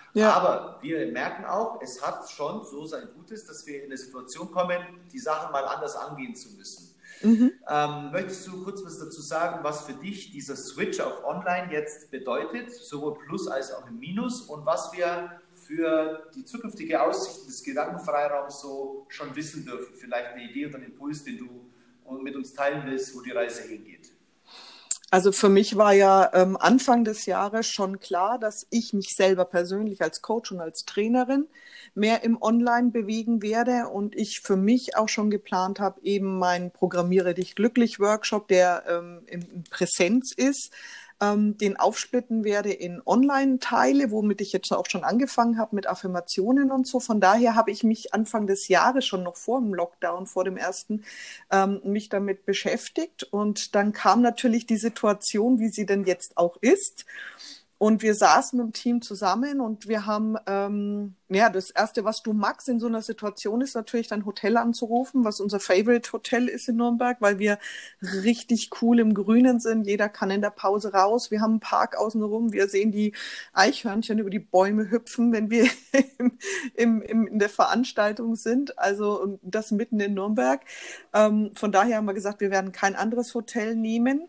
Ja. Aber wir merken auch, es hat schon so sein Gutes, dass wir in eine Situation kommen, die Sachen mal anders angehen zu müssen. Mhm. Ähm, möchtest du kurz was dazu sagen, was für dich dieser Switch auf Online jetzt bedeutet, sowohl Plus als auch im Minus, und was wir für die zukünftige Aussicht des Gedankenfreiraums so schon wissen dürfen? Vielleicht eine Idee oder einen Impuls, den du mit uns teilen willst, wo die Reise hingeht. Also für mich war ja ähm, Anfang des Jahres schon klar, dass ich mich selber persönlich als Coach und als Trainerin mehr im Online bewegen werde und ich für mich auch schon geplant habe, eben meinen Programmiere dich glücklich Workshop, der ähm, in Präsenz ist, ähm, den aufsplitten werde in Online-Teile, womit ich jetzt auch schon angefangen habe mit Affirmationen und so. Von daher habe ich mich Anfang des Jahres, schon noch vor dem Lockdown, vor dem ersten, ähm, mich damit beschäftigt. Und dann kam natürlich die Situation, wie sie denn jetzt auch ist. Und wir saßen im Team zusammen und wir haben, ähm, ja, das Erste, was du magst in so einer Situation, ist natürlich dein Hotel anzurufen, was unser Favorite Hotel ist in Nürnberg, weil wir richtig cool im Grünen sind. Jeder kann in der Pause raus. Wir haben einen Park außenrum. Wir sehen die Eichhörnchen über die Bäume hüpfen, wenn wir im, im, im, in der Veranstaltung sind. Also und das mitten in Nürnberg. Ähm, von daher haben wir gesagt, wir werden kein anderes Hotel nehmen.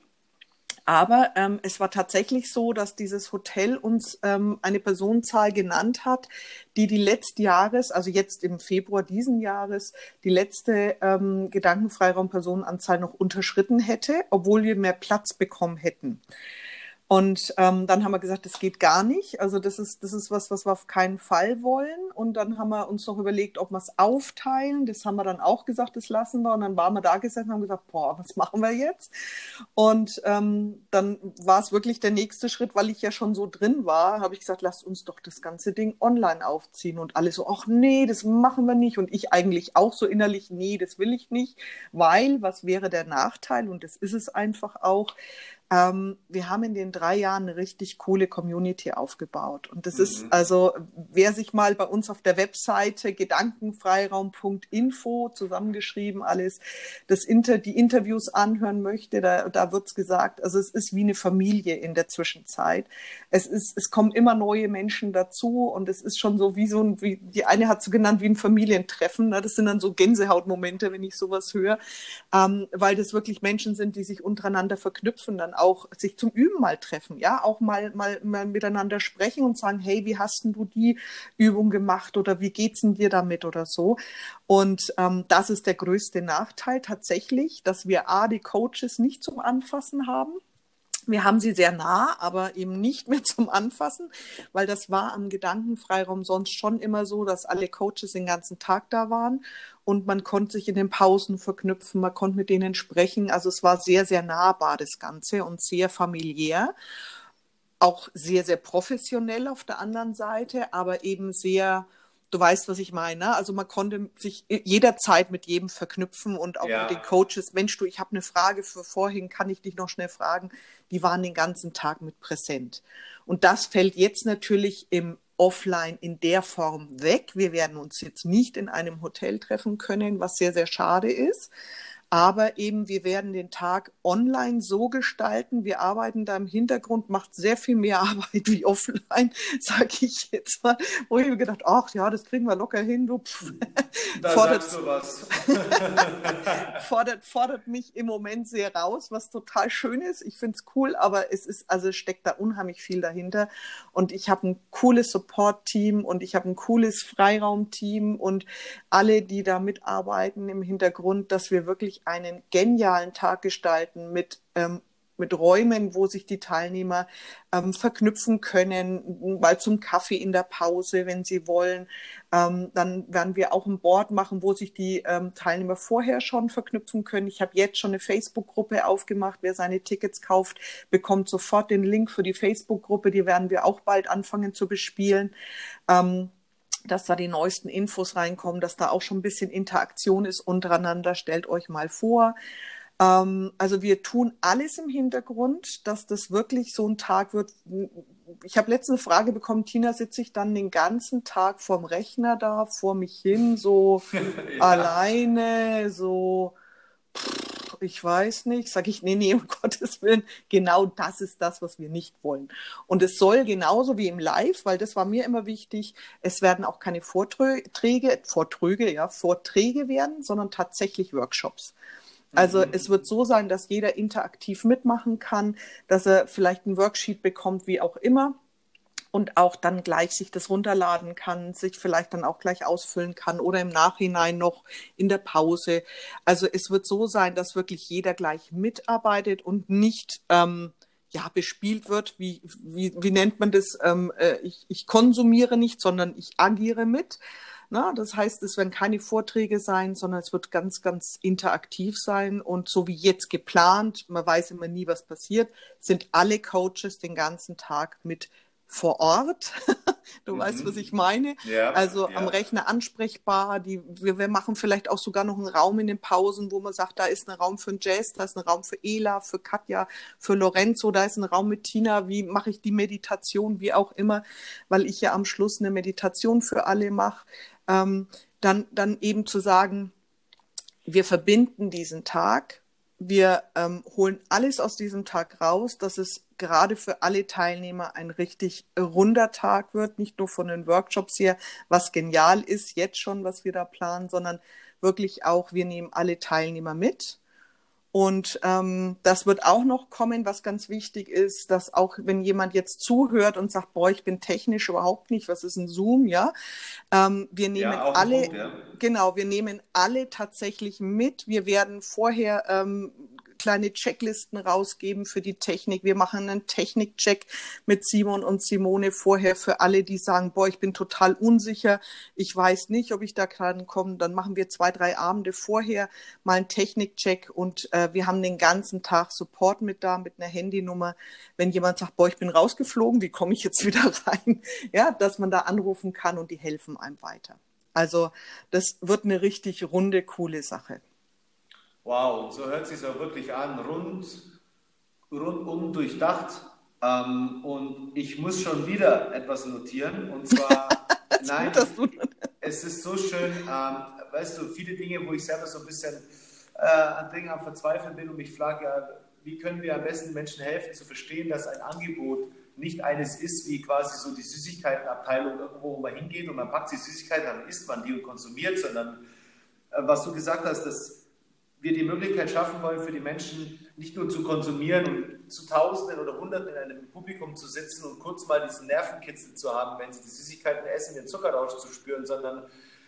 Aber ähm, es war tatsächlich so, dass dieses Hotel uns ähm, eine Personenzahl genannt hat, die die letzten Jahres, also jetzt im Februar diesen Jahres, die letzte ähm, Gedankenfreiraum-Personenanzahl noch unterschritten hätte, obwohl wir mehr Platz bekommen hätten. Und ähm, dann haben wir gesagt, das geht gar nicht. Also das ist, das ist was, was wir auf keinen Fall wollen. Und dann haben wir uns noch überlegt, ob wir es aufteilen. Das haben wir dann auch gesagt, das lassen wir. Und dann waren wir da gesessen und haben gesagt, boah, was machen wir jetzt? Und ähm, dann war es wirklich der nächste Schritt, weil ich ja schon so drin war, habe ich gesagt, lasst uns doch das ganze Ding online aufziehen. Und alle so, ach nee, das machen wir nicht. Und ich eigentlich auch so innerlich, nee, das will ich nicht. Weil, was wäre der Nachteil? Und das ist es einfach auch. Ähm, wir haben in den drei Jahren eine richtig coole Community aufgebaut. Und das mhm. ist also, wer sich mal bei uns auf der Webseite gedankenfreiraum punkt info zusammengeschrieben alles, das Inter, die Interviews anhören möchte, da, da wird's gesagt, also es ist wie eine Familie in der Zwischenzeit. Es ist, es kommen immer neue Menschen dazu und es ist schon so wie so ein, wie, die eine hat so genannt wie ein Familientreffen. Ne? Das sind dann so Gänsehautmomente, wenn ich sowas höre, ähm, weil das wirklich Menschen sind, die sich untereinander verknüpfen, dann auch sich zum Üben mal treffen, ja, auch mal, mal, mal miteinander sprechen und sagen, hey, wie hast denn du die Übung gemacht oder wie geht's denn dir damit oder so? Und ähm, das ist der größte Nachteil tatsächlich, dass wir A, die Coaches nicht zum Anfassen haben. Wir haben sie sehr nah, aber eben nicht mehr zum Anfassen, weil das war am Gedankenfreiraum sonst schon immer so, dass alle Coaches den ganzen Tag da waren und man konnte sich in den Pausen verknüpfen, man konnte mit denen sprechen. Also es war sehr, sehr nahbar das Ganze und sehr familiär, auch sehr, sehr professionell auf der anderen Seite, aber eben sehr... Du weißt, was ich meine. Also man konnte sich jederzeit mit jedem verknüpfen und auch ja. mit den Coaches. Mensch, du, ich habe eine Frage für vorhin, kann ich dich noch schnell fragen? Die waren den ganzen Tag mit präsent. Und das fällt jetzt natürlich im Offline in der Form weg. Wir werden uns jetzt nicht in einem Hotel treffen können, was sehr, sehr schade ist. Aber eben, wir werden den Tag online so gestalten. Wir arbeiten da im Hintergrund, macht sehr viel mehr Arbeit wie offline, sage ich jetzt mal. Wo ich mir gedacht, ach ja, das kriegen wir locker hin. Du, da fordert, sagst du was. fordert, fordert mich im Moment sehr raus, was total schön ist. Ich finde es cool, aber es ist, also steckt da unheimlich viel dahinter. Und ich habe ein cooles Support-Team und ich habe ein cooles Freiraum-Team und alle, die da mitarbeiten im Hintergrund, dass wir wirklich einen genialen Tag gestalten mit, ähm, mit Räumen, wo sich die Teilnehmer ähm, verknüpfen können, mal zum Kaffee in der Pause, wenn sie wollen. Ähm, dann werden wir auch ein Board machen, wo sich die ähm, Teilnehmer vorher schon verknüpfen können. Ich habe jetzt schon eine Facebook-Gruppe aufgemacht. Wer seine Tickets kauft, bekommt sofort den Link für die Facebook-Gruppe. Die werden wir auch bald anfangen zu bespielen. Ähm, dass da die neuesten Infos reinkommen, dass da auch schon ein bisschen Interaktion ist untereinander. Stellt euch mal vor. Ähm, also wir tun alles im Hintergrund, dass das wirklich so ein Tag wird. Ich habe letztens eine Frage bekommen, Tina, sitze ich dann den ganzen Tag vorm Rechner da, vor mich hin, so ja. alleine, so... ich weiß nicht, sage ich, nee, nee, um Gottes Willen, genau das ist das, was wir nicht wollen. Und es soll genauso wie im Live, weil das war mir immer wichtig, es werden auch keine Vorträge, Vorträge, ja, Vorträge werden, sondern tatsächlich Workshops. Also mhm. es wird so sein, dass jeder interaktiv mitmachen kann, dass er vielleicht ein Worksheet bekommt, wie auch immer, und auch dann gleich sich das runterladen kann, sich vielleicht dann auch gleich ausfüllen kann oder im Nachhinein noch in der Pause. Also es wird so sein, dass wirklich jeder gleich mitarbeitet und nicht ähm, ja, bespielt wird. Wie, wie, wie nennt man das? Ähm, äh, ich, ich konsumiere nicht, sondern ich agiere mit. Na, das heißt, es werden keine Vorträge sein, sondern es wird ganz, ganz interaktiv sein. Und so wie jetzt geplant, man weiß immer nie, was passiert, sind alle Coaches den ganzen Tag mit vor Ort. Du mhm. weißt, was ich meine. Ja, also ja. am Rechner ansprechbar. Die, wir, wir machen vielleicht auch sogar noch einen Raum in den Pausen, wo man sagt, da ist ein Raum für Jazz, da ist ein Raum für Ela, für Katja, für Lorenzo, da ist ein Raum mit Tina. Wie mache ich die Meditation, wie auch immer, weil ich ja am Schluss eine Meditation für alle mache. Ähm, dann, dann eben zu sagen, wir verbinden diesen Tag, wir ähm, holen alles aus diesem Tag raus, dass es gerade für alle Teilnehmer ein richtig runder Tag wird, nicht nur von den Workshops her, was genial ist, jetzt schon, was wir da planen, sondern wirklich auch, wir nehmen alle Teilnehmer mit. Und ähm, das wird auch noch kommen, was ganz wichtig ist, dass auch wenn jemand jetzt zuhört und sagt, boah, ich bin technisch überhaupt nicht, was ist ein Zoom, ja, ähm, wir nehmen ja, alle, Punkt, ja. genau, wir nehmen alle tatsächlich mit. Wir werden vorher ähm, kleine Checklisten rausgeben für die Technik. Wir machen einen Technikcheck mit Simon und Simone vorher für alle, die sagen, boah, ich bin total unsicher, ich weiß nicht, ob ich da gerade komme. Dann machen wir zwei, drei Abende vorher mal einen Technikcheck und äh, wir haben den ganzen Tag Support mit da, mit einer Handynummer. Wenn jemand sagt, boah, ich bin rausgeflogen, wie komme ich jetzt wieder rein? Ja, dass man da anrufen kann und die helfen einem weiter. Also das wird eine richtig runde, coole Sache. Wow, so hört es sich auch wirklich an, rund, rundum durchdacht. Ähm, und ich muss schon wieder etwas notieren. Und zwar, nein, gut, es ist so schön, ähm, weißt du, viele Dinge, wo ich selber so ein bisschen äh, an Dingen am Verzweifeln bin und mich frage, ja, wie können wir am besten Menschen helfen zu verstehen, dass ein Angebot nicht eines ist, wie quasi so die Süßigkeitenabteilung irgendwo, wo man hingeht und man packt die Süßigkeiten, dann isst man die und konsumiert, sondern äh, was du gesagt hast, dass wir die Möglichkeit schaffen wollen, für die Menschen nicht nur zu konsumieren und zu Tausenden oder Hunderten in einem Publikum zu sitzen und kurz mal diesen Nervenkitzel zu haben, wenn sie die Süßigkeiten essen, den Zuckerrausch zu spüren, sondern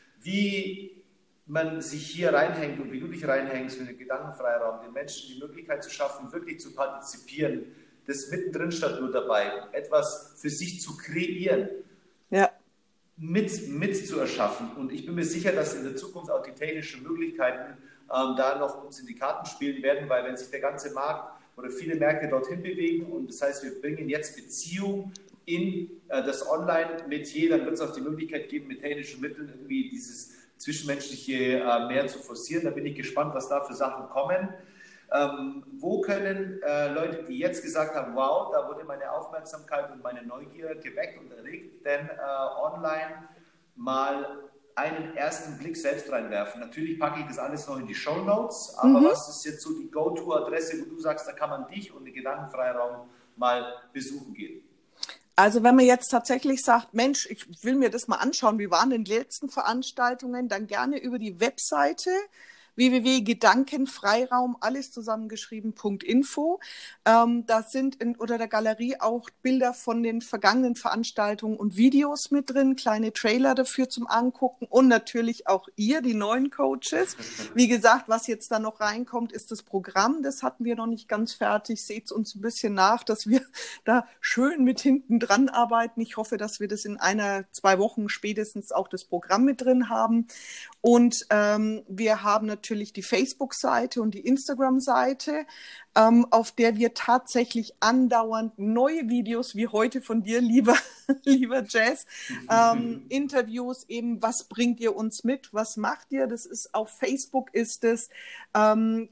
wie man sich hier reinhängt und wie du dich reinhängst mit dem Gedankenfreiraum, den Menschen die Möglichkeit zu schaffen, wirklich zu partizipieren, das mittendrin statt nur dabei, etwas für sich zu kreieren. Ja. Mit, mit zu erschaffen. Und ich bin mir sicher, dass in der Zukunft auch die technischen Möglichkeiten ähm, da noch uns in die Karten spielen werden, weil wenn sich der ganze Markt oder viele Märkte dorthin bewegen und das heißt, wir bringen jetzt Beziehung in äh, das Online-Metier, dann wird es auch die Möglichkeit geben, mit technischen Mitteln irgendwie dieses Zwischenmenschliche äh, mehr zu forcieren. Da bin ich gespannt, was da für Sachen kommen. Ähm, wo können äh, Leute, die jetzt gesagt haben, wow, da wurde meine Aufmerksamkeit und meine Neugier geweckt und erregt, denn äh, online mal einen ersten Blick selbst reinwerfen? Natürlich packe ich das alles noch in die Shownotes, aber mhm. was ist jetzt so die Go-To-Adresse, wo du sagst, da kann man dich und den Gedankenfreiraum mal besuchen gehen? Also wenn man jetzt tatsächlich sagt, Mensch, ich will mir das mal anschauen, wie waren denn die letzten Veranstaltungen, dann gerne über die Webseite w w w punkt gedankenfreiraum, alles zusammengeschrieben, .info. Ähm, da sind in, unter der Galerie auch Bilder von den vergangenen Veranstaltungen und Videos mit drin, kleine Trailer dafür zum Angucken und natürlich auch ihr, die neuen Coaches. Wie gesagt, was jetzt da noch reinkommt, ist das Programm. Das hatten wir noch nicht ganz fertig. Seht uns ein bisschen nach, dass wir da schön mit hinten dran arbeiten. Ich hoffe, dass wir das in einer, zwei Wochen spätestens auch das Programm mit drin haben. Und ähm, wir haben natürlich die Facebook-Seite und die Instagram-Seite, ähm, auf der wir tatsächlich andauernd neue Videos wie heute von dir, lieber, lieber Jazz, ähm, Interviews eben, was bringt ihr uns mit, was macht ihr? Das ist auf Facebook ist es ähm,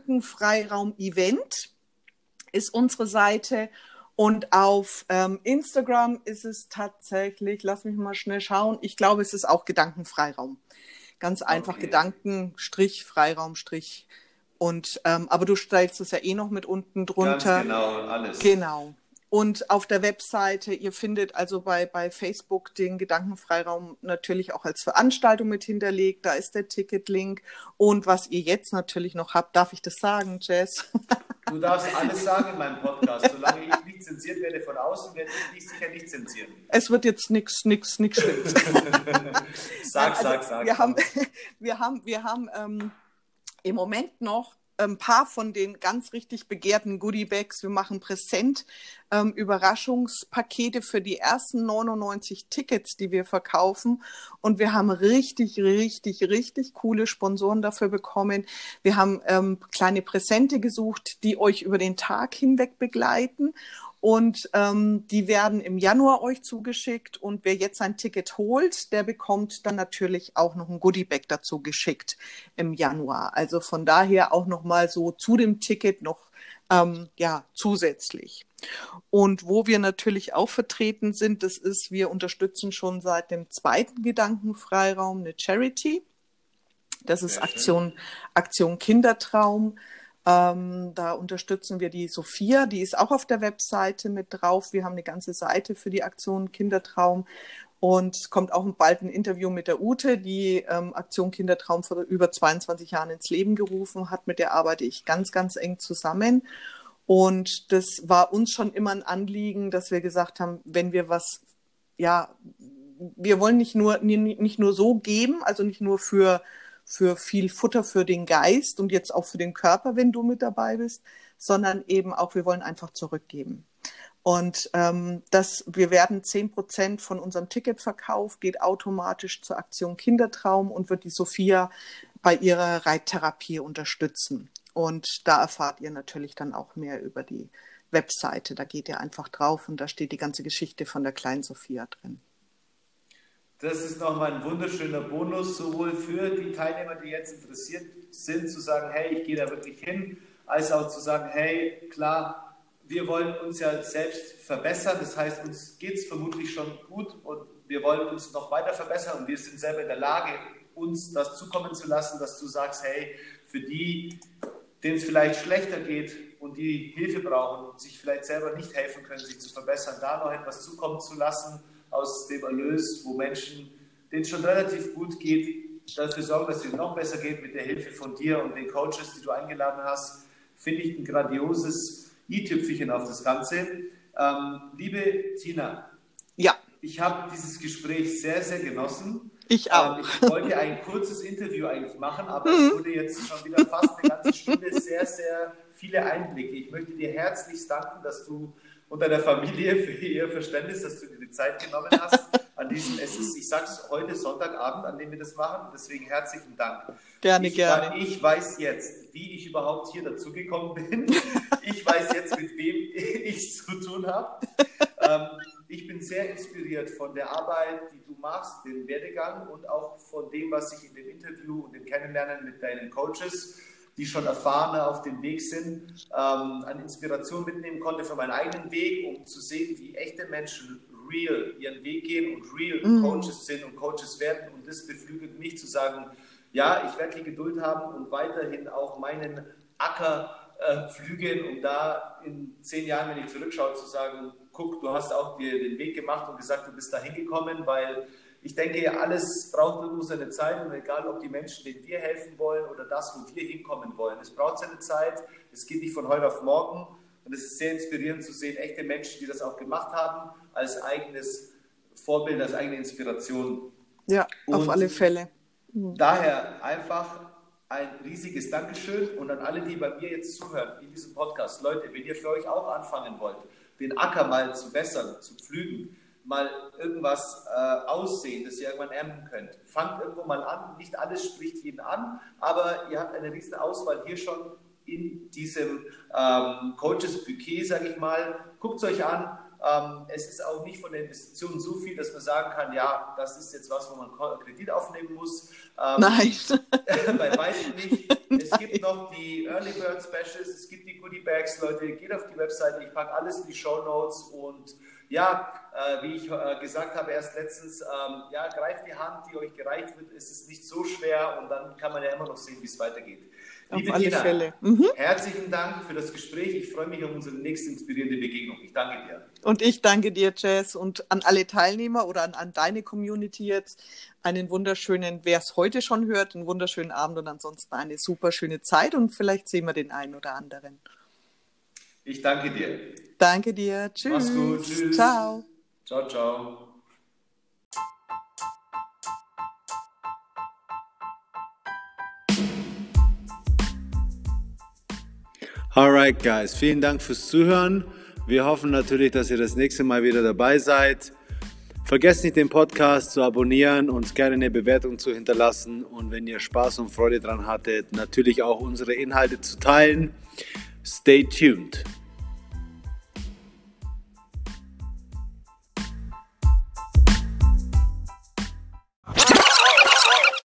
Gedankenfreiraum-Event ist unsere Seite. Und auf ähm, Instagram ist es tatsächlich, lass mich mal schnell schauen, ich glaube, es ist auch Gedankenfreiraum. Ganz einfach okay. Gedanken, Strich, Freiraum, Strich, Und, ähm, aber du stellst es ja eh noch mit unten drunter. Ganz genau, alles. Genau. Und auf der Webseite, ihr findet also bei, bei Facebook den Gedankenfreiraum natürlich auch als Veranstaltung mit hinterlegt. Da ist der Ticketlink. Und was ihr jetzt natürlich noch habt, darf ich das sagen, Jess? Du darfst alles sagen in meinem Podcast. Solange ich nicht zensiert werde von außen, werde ich dich sicher nicht zensieren. Es wird jetzt nichts, nichts, nichts Schlimmes. Sag, also, sag, sag. Wir haben, wir haben, wir haben ähm, im Moment noch ein paar von den ganz richtig begehrten Goodie-Bags. Wir machen Präsent, ähm, Überraschungspakete für die ersten neunundneunzig Tickets, die wir verkaufen. Und wir haben richtig, richtig, richtig coole Sponsoren dafür bekommen. Wir haben ähm, kleine Präsente gesucht, die euch über den Tag hinweg begleiten. Und ähm, die werden im Januar euch zugeschickt. Und wer jetzt ein Ticket holt, der bekommt dann natürlich auch noch ein Goodiebag dazu geschickt im Januar. Also von daher auch noch mal so zu dem Ticket noch ähm, ja zusätzlich. Und wo wir natürlich auch vertreten sind, das ist, wir unterstützen schon seit dem zweiten Gedankenfreiraum eine Charity. Das ist Aktion, Aktion Kindertraum. Ähm, da unterstützen wir die Sophia, die ist auch auf der Webseite mit drauf. Wir haben eine ganze Seite für die Aktion Kindertraum und es kommt auch bald ein Interview mit der Ute, die ähm, Aktion Kindertraum vor über zweiundzwanzig Jahren ins Leben gerufen hat. Mit der arbeite ich ganz, ganz eng zusammen. Und das war uns schon immer ein Anliegen, dass wir gesagt haben, wenn wir was, ja, wir wollen nicht nur, nicht nur so geben, also nicht nur für für viel Futter für den Geist und jetzt auch für den Körper, wenn du mit dabei bist, sondern eben auch, wir wollen einfach zurückgeben. Und ähm, das, wir werden zehn Prozent von unserem Ticketverkauf geht automatisch zur Aktion Kindertraum und wird die Sophia bei ihrer Reittherapie unterstützen. Und da erfahrt ihr natürlich dann auch mehr über die Webseite. Da geht ihr einfach drauf und da steht die ganze Geschichte von der kleinen Sophia drin. Das ist nochmal ein wunderschöner Bonus, sowohl für die Teilnehmer, die jetzt interessiert sind, zu sagen, hey, ich gehe da wirklich hin, als auch zu sagen, hey, klar, wir wollen uns ja selbst verbessern, das heißt, uns geht es vermutlich schon gut und wir wollen uns noch weiter verbessern und wir sind selber in der Lage, uns das zukommen zu lassen, dass du sagst, hey, für die, denen es vielleicht schlechter geht und die Hilfe brauchen und sich vielleicht selber nicht helfen können, sich zu verbessern, da noch etwas zukommen zu lassen, aus dem Erlös, wo Menschen, denen es schon relativ gut geht, dafür sorgen, dass es ihnen noch besser geht mit der Hilfe von dir und den Coaches, die du eingeladen hast, finde ich ein grandioses i-Tüpfelchen auf das Ganze. Ähm, liebe Tina, ja. Ich habe dieses Gespräch sehr, sehr genossen. Ich auch. Ähm, ich wollte ein kurzes Interview eigentlich machen, aber es wurde jetzt schon wieder fast eine ganze Stunde, sehr, sehr viele Einblicke. Ich möchte dir herzlich danken, dass du und deiner Familie für ihr Verständnis, dass du dir die Zeit genommen hast an diesem, es ist, ich sag's heute Sonntagabend, an dem wir das machen, deswegen herzlichen Dank. Gerne, ich, gerne. Ich weiß jetzt, wie ich überhaupt hier dazugekommen bin. Ich weiß jetzt, mit wem ich zu tun habe. Ähm, ich bin sehr inspiriert von der Arbeit, die du machst, den Werdegang und auch von dem, was ich in dem Interview und dem Kennenlernen mit deinen Coaches, die schon erfahrener auf dem Weg sind, ähm, an Inspiration mitnehmen konnte für meinen eigenen Weg, um zu sehen, wie echte Menschen real ihren Weg gehen und real mm. Coaches sind und Coaches werden. Und das beflügelt mich zu sagen, ja, ich werde die Geduld haben und weiterhin auch meinen Acker äh, pflügen, um da in zehn Jahren, wenn ich zurückschaue, zu sagen, guck, du hast auch dir den Weg gemacht und gesagt, du bist da hingekommen, weil ich denke, alles braucht irgendwo seine Zeit und egal, ob die Menschen, denen wir helfen wollen oder das, wo wir hinkommen wollen, es braucht seine Zeit, es geht nicht von heute auf morgen und es ist sehr inspirierend zu sehen, echte Menschen, die das auch gemacht haben, als eigenes Vorbild, als eigene Inspiration. Ja, und auf alle Fälle. Mhm. Daher einfach ein riesiges Dankeschön und an alle, die bei mir jetzt zuhören in diesem Podcast. Leute, wenn ihr für euch auch anfangen wollt, den Acker mal zu bessern, zu pflügen, mal irgendwas äh, aussehen, das ihr irgendwann ernten könnt. Fangt irgendwo mal an, nicht alles spricht jeden an, aber ihr habt eine riesen Auswahl hier schon in diesem ähm, Coaches-Bouquet, sage ich mal. Guckt es euch an. Ähm, es ist auch nicht von der Investition so viel, dass man sagen kann, ja, das ist jetzt was, wo man Kredit aufnehmen muss. Ähm, Nein. Bei weitem nicht. Es Nein. gibt noch die Early Bird Specials, es gibt die Goodie Bags. Leute, geht auf die Webseite, ich packe alles in die Show Notes und ja, äh, wie ich äh, gesagt habe erst letztens, ähm, ja, greift die Hand, die euch gereicht wird, es ist nicht so schwer und dann kann man ja immer noch sehen, wie es weitergeht. Liebe Auf alle Tina, Fälle. Mhm. herzlichen Dank für das Gespräch. Ich freue mich auf unsere nächste inspirierende Begegnung. Ich danke dir. Und ich danke dir, Jess, und an alle Teilnehmer oder an, an deine Community jetzt einen wunderschönen, wer es heute schon hört, einen wunderschönen Abend und ansonsten eine super schöne Zeit und vielleicht sehen wir den einen oder anderen. Ich danke dir. Danke dir. Tschüss. Mach's gut. Tschüss. Ciao. Ciao, ciao. Alright, guys. Vielen Dank fürs Zuhören. Wir hoffen natürlich, dass ihr das nächste Mal wieder dabei seid. Vergesst nicht, den Podcast zu abonnieren, uns gerne eine Bewertung zu hinterlassen und wenn ihr Spaß und Freude dran hattet, natürlich auch unsere Inhalte zu teilen. Stay tuned.